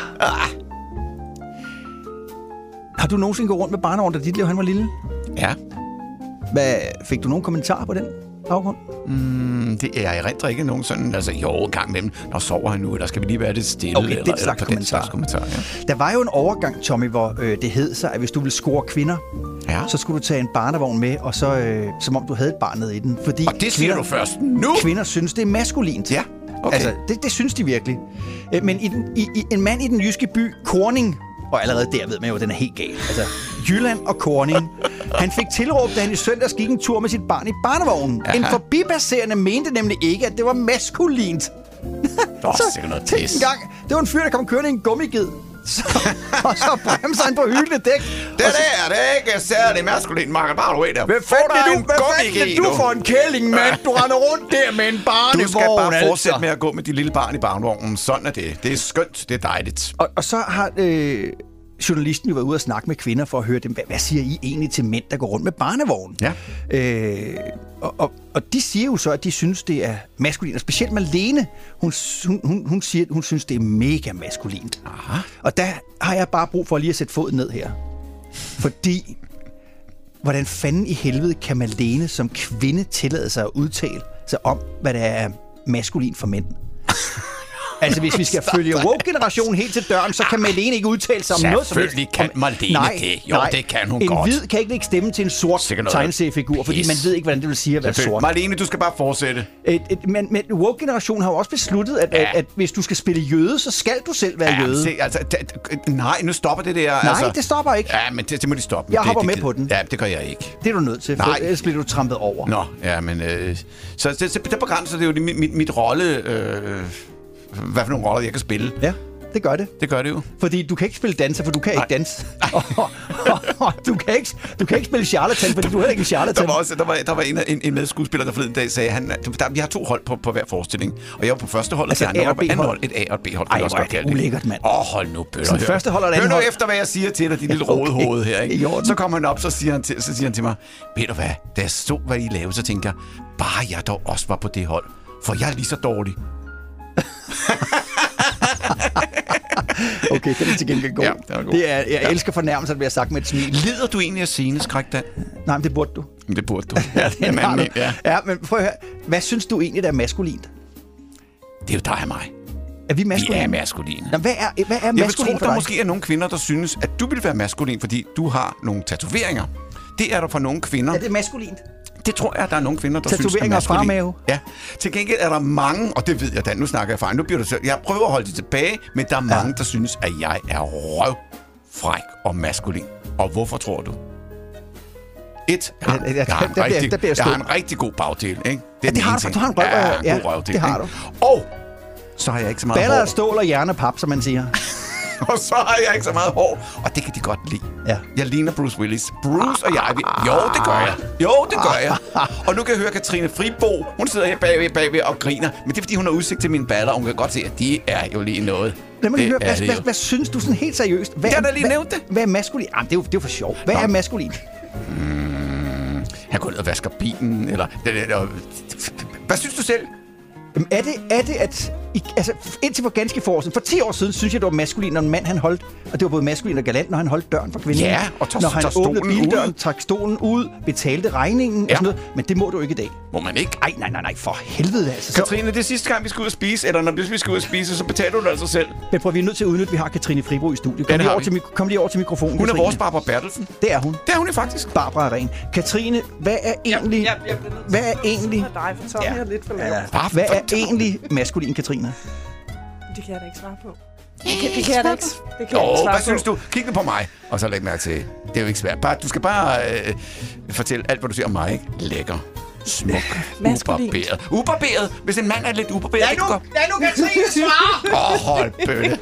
Har du nogensinde gået rundt med barnevogn, da dit liv han var lille? Ja. Fik du nogen kommentarer på den baggrund? Det er jeg rent ikke nogen sådan, altså jo, gang med dem. Når sover han nu, der skal vi lige være lidt stille. Okay, det er den slags kommentar. Ja. Der var jo en overgang, Tommy, hvor det hed sig, at hvis du ville score kvinder, så skulle du tage en barnevogn med, og så som om du havde et barn nede i den. Fordi og det siger du først nu? Kvinder synes, det er maskulint. Ja, okay. Altså, det synes de virkelig. Men en mand i den jyske by, Korning, og allerede der ved man jo, at den er helt gal. Altså, Jylland og Korning. Han fik tilråbt, da han i søndags gik en tur med sit barn i barnevognen. En forbipasserende mente nemlig ikke, at det var maskulint. Så en gang, det var en fyr, der kom kørende i en gummiged. Og så bremser han på hyldende dæk. Det er ikke særlig maskulint, Marker. Bare du ved der. Hvad fanden du for en kælling, mand? Du render rundt der med en barnevogn. Du skal bare fortsætte med at gå med de lille barn i barnevognen. Sådan er det. Det er skønt. Det er dejligt. Og så har journalisten jo været ude og snakke med kvinder for at høre dem. Hvad siger I egentlig til mænd, der går rundt med barnevognen? Ja. Og de siger jo så, at de synes, det er maskulint. Og specielt Malene, hun siger, at hun synes, det er mega maskulint. Aha. Og der har jeg bare brug for lige at sætte foden ned her. Fordi, hvordan fanden i helvede kan Malene som kvinde tillade sig at udtale sig om, hvad der er maskulint for mænd? Altså, hvis vi skal følge woke-generationen helt til døren, så kan Malene ikke udtale sig om noget som helst. Selvfølgelig kan Malene det. Jo, det kan hun godt. En hvid kan ikke lægge stemme til en sort tegneseriefigur, fordi man ved ikke, hvordan det vil sige at være sort. Malene, du skal bare fortsætte. Men woke-generationen har jo også besluttet, at hvis du skal spille jøde, så skal du selv være jøde. Nej, nu stopper det der. Nej, det stopper ikke. Ja, men det må de stoppe. Jeg hopper med på den. Ja, det gør jeg ikke. Det er du nødt til, for ellers bliver du trampet over. Nå, ja, men... Så der begrænser det jo mit rolle... hvad for nogle roller, jeg kan spille. Ja, det gør det. Det gør det jo. Fordi du kan ikke spille danser, for du kan ikke danse. Du kan ikke spille charlatan, fordi du er ikke en charlatan. Der var en medskuespiller, der forleden dag sagde, vi har 2 hold på hver forestilling. Og jeg var på første hold, altså og han var på andet hold. Et A og et B-hold. Ej, hvor er det ulækkert, mand. Hold nu, bøller. Så første hold og hør nu efter, hvad jeg siger til dig, din lille rodehoved her. Ikke? Så kommer han op, så siger han til mig, ved du hvad, da jeg så, hvad I lavede, så tænkte jeg, bare jeg dog også var på det hold. For jeg er lige så dårlig. Okay, det er til gengæld god. Ja, jeg elsker fornærmelser, at bliver sagt med et smil. Lider du egentlig af sceneskræk, Dan? Nej, men det burde du. Det burde du. Ja, men prøv at høre. Hvad synes du egentlig, der er maskulint? Det er jo dig og mig. Er vi maskuline? Vi er maskuline. Hvad er maskulin jeg vil tro, for dig? der måske er nogle kvinder, der synes, at du vil være maskulin, fordi du har nogle tatoveringer. Det er der for nogle kvinder. Er det maskulint? Det tror jeg, der er nogle kvinder, der synes er tatoveringer og farmave. Ja. Til gengæld er der mange, og det ved jeg, Dan, nu snakker jeg erfaring. Nu bliver du selv. Jeg prøver at holde det tilbage, men der er mange, der synes, at jeg er røvfræk og maskulin. Og hvorfor tror du? Jeg har en rigtig god bagdel, ikke? Det har du. Du har en røv. Ja, god røvdel. Det har du. Og så har jeg ikke så meget hår. Baller af stål og hjernepap, som man siger. Og så har jeg ikke så meget hår, og det kan de godt lide. Ja. Jeg ligner Bruce Willis. Bruce og jeg... Jo, det gør jeg. Og nu kan jeg høre Katrine Fribo. Hun sidder her bagved og griner. Men det er, fordi hun har udsigt til mine baller, og hun kan godt se, at de er jo lige noget. Lad mig lige høre, hvad synes du sådan helt seriøst? Jeg har da lige nævnt det. Hvad er maskulin? Det er jo for sjov. Hvad er maskulin? Jeg går ned og vasker bilen, eller... Hvad synes du selv? Er det at... Altså, indtil for ganske få år siden, for 10 år siden, synes jeg, det var maskulin, når en mand han holdt, og det var både maskulin og galant, når han holdt døren for kvinden. Ja, og når han åbnede bildøren, trak stolen ud, betalte regningen og sådan noget. Men det må du ikke i dag. Må man ikke? Nej, for helvede altså. Katrine, det er sidste gang, vi skal ud og spise, eller når vi skal ud og spise, så betaler du det altså selv. Men prøv, vi er nødt til at udnytte, at vi har Katrine Fribo i studiet. Kom lige over til mikrofonen, Hun Katrine. er vores Barbara Bertelsen. Det er hun. Det er hun jo faktisk. Barbara er ren. Katrine, hvad er egentlig... Hvad er egentlig... Hvad er egentlig maskulin, Katrine? Det kan jeg da ikke svare på. Det kan jeg da ikke svare hvad på. synes du? Kig nu på mig, og så læg mærke til. Det er jo ikke svært. Du skal bare fortælle alt, hvad du siger om mig. Ikke? Lækker, smuk, ubarberet. Hvis en mand er lidt ubarberet, det går. Ja, nu kan Katrine svare! Hold bøtte.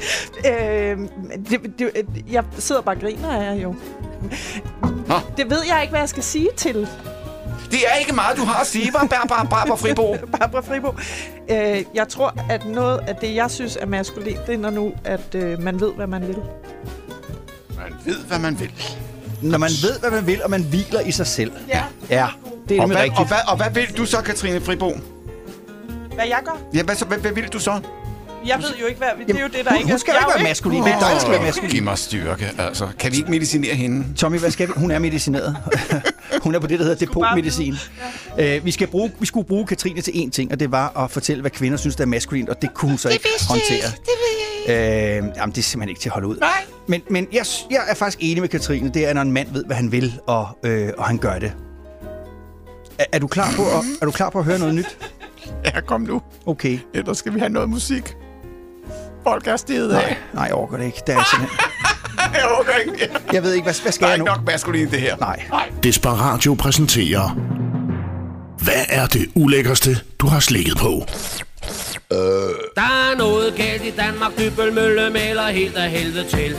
Jeg sidder bare og griner af jer jo. Det ved jeg ikke, hvad jeg skal sige til. Det er ikke meget, du har at sige, Barbara Fribo. Barbara Fribo. Jeg tror, at noget af det, jeg synes er maskulint, det er nu, at man ved, hvad man vil. Man ved, hvad man vil. Når man ved, hvad man vil, og man hviler i sig selv. Ja. Ja, det er nemlig rigtigt. Og hvad vil du så, Katrine Fribo? Hvad jeg gør? Ja, hvad vil du så? Jeg ved jo ikke, hvad... Det er jo det, der ikke er... Hun skal ikke være maskulin. Det er dig, der skal være maskulin. Giv mig styrke, altså. Kan vi ikke medicinere hende? Tommy, hvad skal vi? Hun er medicineret. Hun er på det, der hedder depotmedicin. Ja. Vi skulle bruge Katrine til én ting, og det var at fortælle, hvad kvinder synes, der er maskulint, og det kunne hun så ikke håndtere. Jamen, det er simpelthen ikke til at holde ud. Nej. Men jeg er faktisk enig med Katrine. Det er, når en mand ved, hvad han vil, og han gør det. Er du klar på at høre noget nyt? Ja, kom nu. Okay. Ellers skal vi have noget musik. Folk er stedet af. Nej, jeg overgår det ikke. Det er simpelthen... Jeg overgår ikke. Jeg ved ikke, hvad skal jeg nu? Der er ikke nok maskulin det her. Nej. Desperatio præsenterer... Hvad er det ulækkerste, du har slikket på? Der er noget galt i Danmark. Dybbølmølle maler helt af helvede til.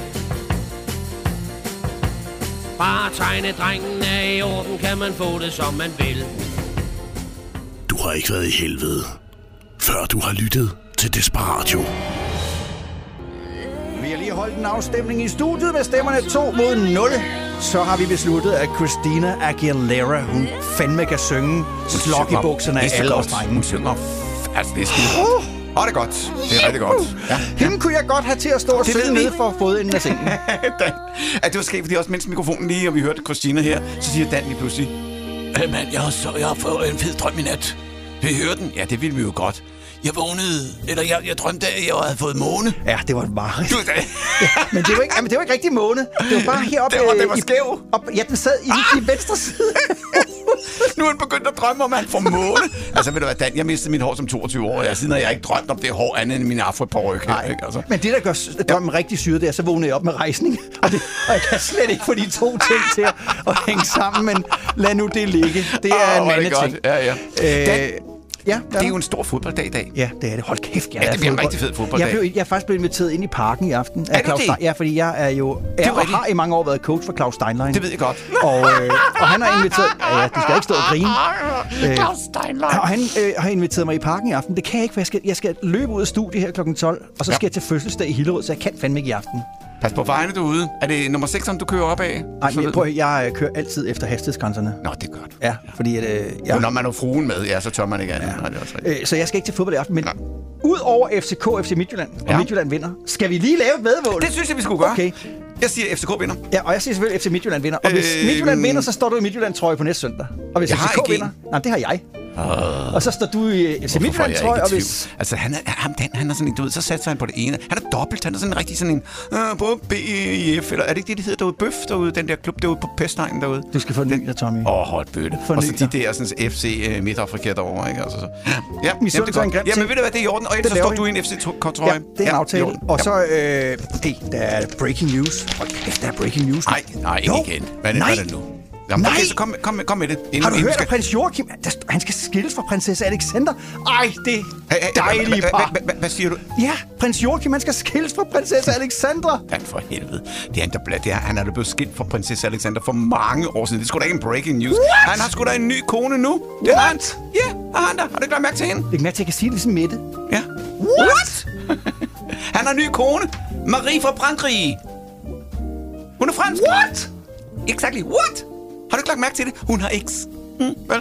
Bare tegnedrengen er i orden, kan man få det, som man vil. Du har ikke været i helvede, før du har lyttet til Desperatio. Vi har lige holdt en afstemning i studiet med stemmerne 2 mod 0. Så har vi besluttet, at Christina Aguilera, hun fandme kan synge slok i bukserne af alle os drenge. Hun synger altså, det er skide godt. Det er godt. Det er rigtig godt. Ja. Hende kunne jeg godt have til at stå og sidde nede for fodenden af sengen. Det var sket, fordi også mens mikrofonen lige, og vi hørte Christina her, så siger Dan lige pludselig, mand, jeg har fået en fed drøm i nat. Vil I høre den? Ja, det vil vi jo godt. Jeg vågnede, eller jeg drømte, at jeg havde fået måne. Ja, det var et mareridt. Men det var ikke rigtig måne. Det var bare heroppe. Det var skæv. Ja, den sad i venstre side. Nu er han begyndt at drømme om, at han får måne. Altså, ved du hvad, Dan, jeg mistede mit hår som 22 år, og siden har jeg ikke drømt om det hår andet end min afro-paryk. Nej, altså. Men det, der gør drømmen rigtig syret, det er, så vågnede jeg op med rejsning. Og jeg kan slet ikke få de to ting til at hænge sammen, men lad nu det ligge. Det er en mandeting. Ja. Ja, det er jo en stor fodbolddag i dag. Ja, det er det. Hold kæft, det bliver en rigtig fed fodbolddag. Jeg er faktisk blevet inviteret ind i parken i aften. Er du det? Ja, fordi jeg er jo... og har i mange år været coach for Claus Steinlein. Det ved jeg godt. Og han har inviteret... Ja, du skal ikke stå og grine. Claus Steinlein. Og han har inviteret mig i parken i aften. Det kan jeg ikke, for jeg skal løbe ud af studiet her kl. 12, og så skal jeg til fødselsdag i Hillerød, så jeg kan fandme ikke i aften. Pas på vejene derude. Er det nummer 6, du kører op af? Nej, men jeg kører altid efter hastighedsgrænserne. Nå, det er godt. Ja, fordi... Når man har fruen med, ja, så tør man ikke andet. Ja. Nej, det er også rigtigt. Så jeg skal ikke til fodbold i aften, men ud over FC Midtjylland, og Midtjylland vinder, skal vi lige lave et væddemål? Det synes jeg, vi skulle gøre. Okay. Jeg siger, FCK vinder. Ja, og jeg siger selvfølgelig, FC Midtjylland vinder. Og hvis Midtjylland vinder, så står du i Midtjylland-trøje på næste søndag. Og hvis FCK vinder... Nej, det har jeg. Og så står du i FC Midtjylland-trøje, og hvis... Altså, han er sådan en, du ved, så satser han på det ene. Han er dobbelt, han er sådan en rigtig sådan en... både BEF, eller er det ikke det, de hedder derude? Bøf derude, den der klub derude på Pestegnen derude. Du skal forny dig, Tommy. Hold bøtte. Og så de der sådan FC Midtafrika derovre, ikke? Altså, så. Ja, min søn er en grim ting. Jamen, ved du hvad, det er i orden. Og ellers så står du i en FC-trøje. Ja, det er en aftale. Og så, der er breaking news. Hold kæft, der er breaking news. Nej, ikke igen. Hvad er det nu? Jamen, okay, så kom med det. Har du hørt, at prins Joachim, han skal skilles fra prinsesse Alexander? Ej, det dejlige par. Hvad siger du? Ja, prins Joachim, han skal skilles fra prinsesse Alexandra. Dan for helvede. Han er da blevet skilt fra prinsesse Alexander for mange år siden. Det er sgu da ikke en breaking news. What? Han har sgu da en ny kone nu. Det har han. Ja, har han da. Har du ikke lagt mærke til hende? Læg mærke til, at jeg kan sige det ligesom Mette. Ja. What? Han har en ny kone. Marie fra Frankrig. Hun er fransk. What? Exactly. What? Har du ikke lagt mærke til det? Hun har X. Vel?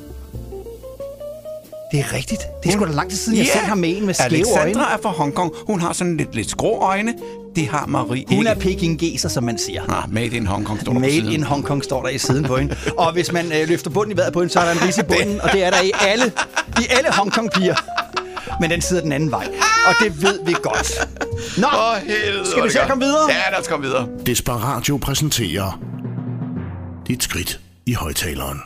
Det er rigtigt. Det er sgu da lang tid siden, jeg selv har med en med skæve øjne. Alexandra er fra Hongkong. Hun har sådan lidt skrå øjne. Det har Marie ikke. Hun er pekingeser, som man siger. Made in Hongkong står der på siden. Made in Hongkong står der i siden på hende. Og hvis man løfter bunden i vejret på hende, så er der en ris i bunden. Og det er der i alle Hongkong-piger. Men den sidder den anden vej. Og det ved vi godt. Nå, skal vi se at komme videre? Ja, lad os komme videre. Desperatio præsenterer dit skridt i højtaleren.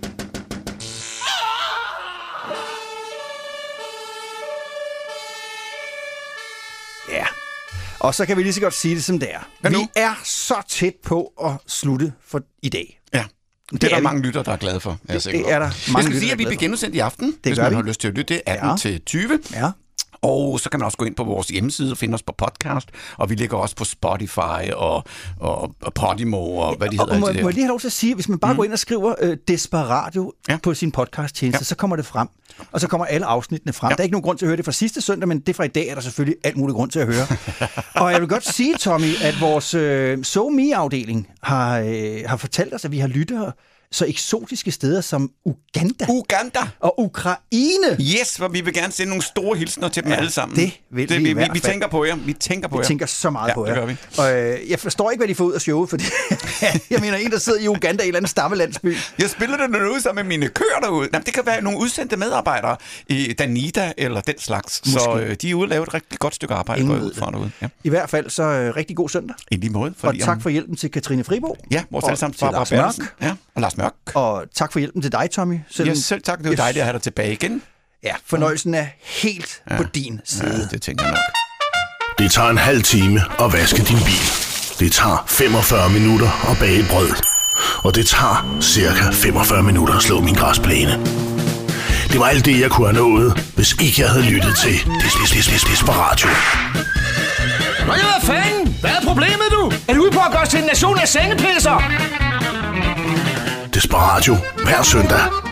Ja. Og så kan vi lige så godt sige det, som det er. Vi er så tæt på at slutte for i dag. Ja. Det er der mange lytter, der er glade for. Det er der mange lytter, jeg skal sige, at vi bliver genudsendt i aften, hvis man har lyst til at lytte. Det er 18-20. Ja. Og så kan man også gå ind på vores hjemmeside og finde os på podcast. Og vi ligger også på Spotify og Podimo og hvad de hedder. Og må jeg lige have lov til at sige, hvis man bare går ind og skriver Desperatio på sin podcast-tjeneste, så kommer det frem. Og så kommer alle afsnittene frem. Der er ikke nogen grund til at høre det fra sidste søndag, men det fra i dag er der selvfølgelig alt muligt grund til at høre. Og jeg vil godt sige, Tommy, at vores SoMe-afdeling har fortalt os, at vi har lyttere så eksotiske steder som Uganda og Ukraine. Yes, hvor vi vil gerne sende nogle store hilsner til dem alle sammen. Det vil vi tænker på jer. Vi tænker så meget på jer. Det gør vi. Og jeg forstår ikke, hvad de får ud af showet, fordi jeg mener en, der sidder i Uganda i en eller anden stammelandsby. Jeg spiller det ud sammen med mine køer derude. Jamen, det kan være nogle udsendte medarbejdere i Danida eller den slags. Måske. Så de er ude og lave et rigtig godt stykke arbejde. Derude. Ja. I hvert fald så rigtig god søndag. I lige måde. Og tak for hjælpen til Katrine Fribo. Ja, vores allesammen Barbara Bertelsen. Ja, og Lars Mørk. Og tak for hjælpen til dig, Tommy. Selv tak. Det er dejligt at have dig tilbage igen. Ja, fornøjelsen er helt på din side. Ja, det tænker jeg nok. Det tager en halv time at vaske din bil. Det tager 45 minutter at bage brød. Og det tager cirka 45 minutter at slå min græsplæne. Det var alt det, jeg kunne have nået, hvis ikke jeg havde lyttet til Desperatio. Nå ja, hvad fanden? Hvad er problemet, du? Er du ude på at gøre os til en nation af sengepisser? Desperatio hver søndag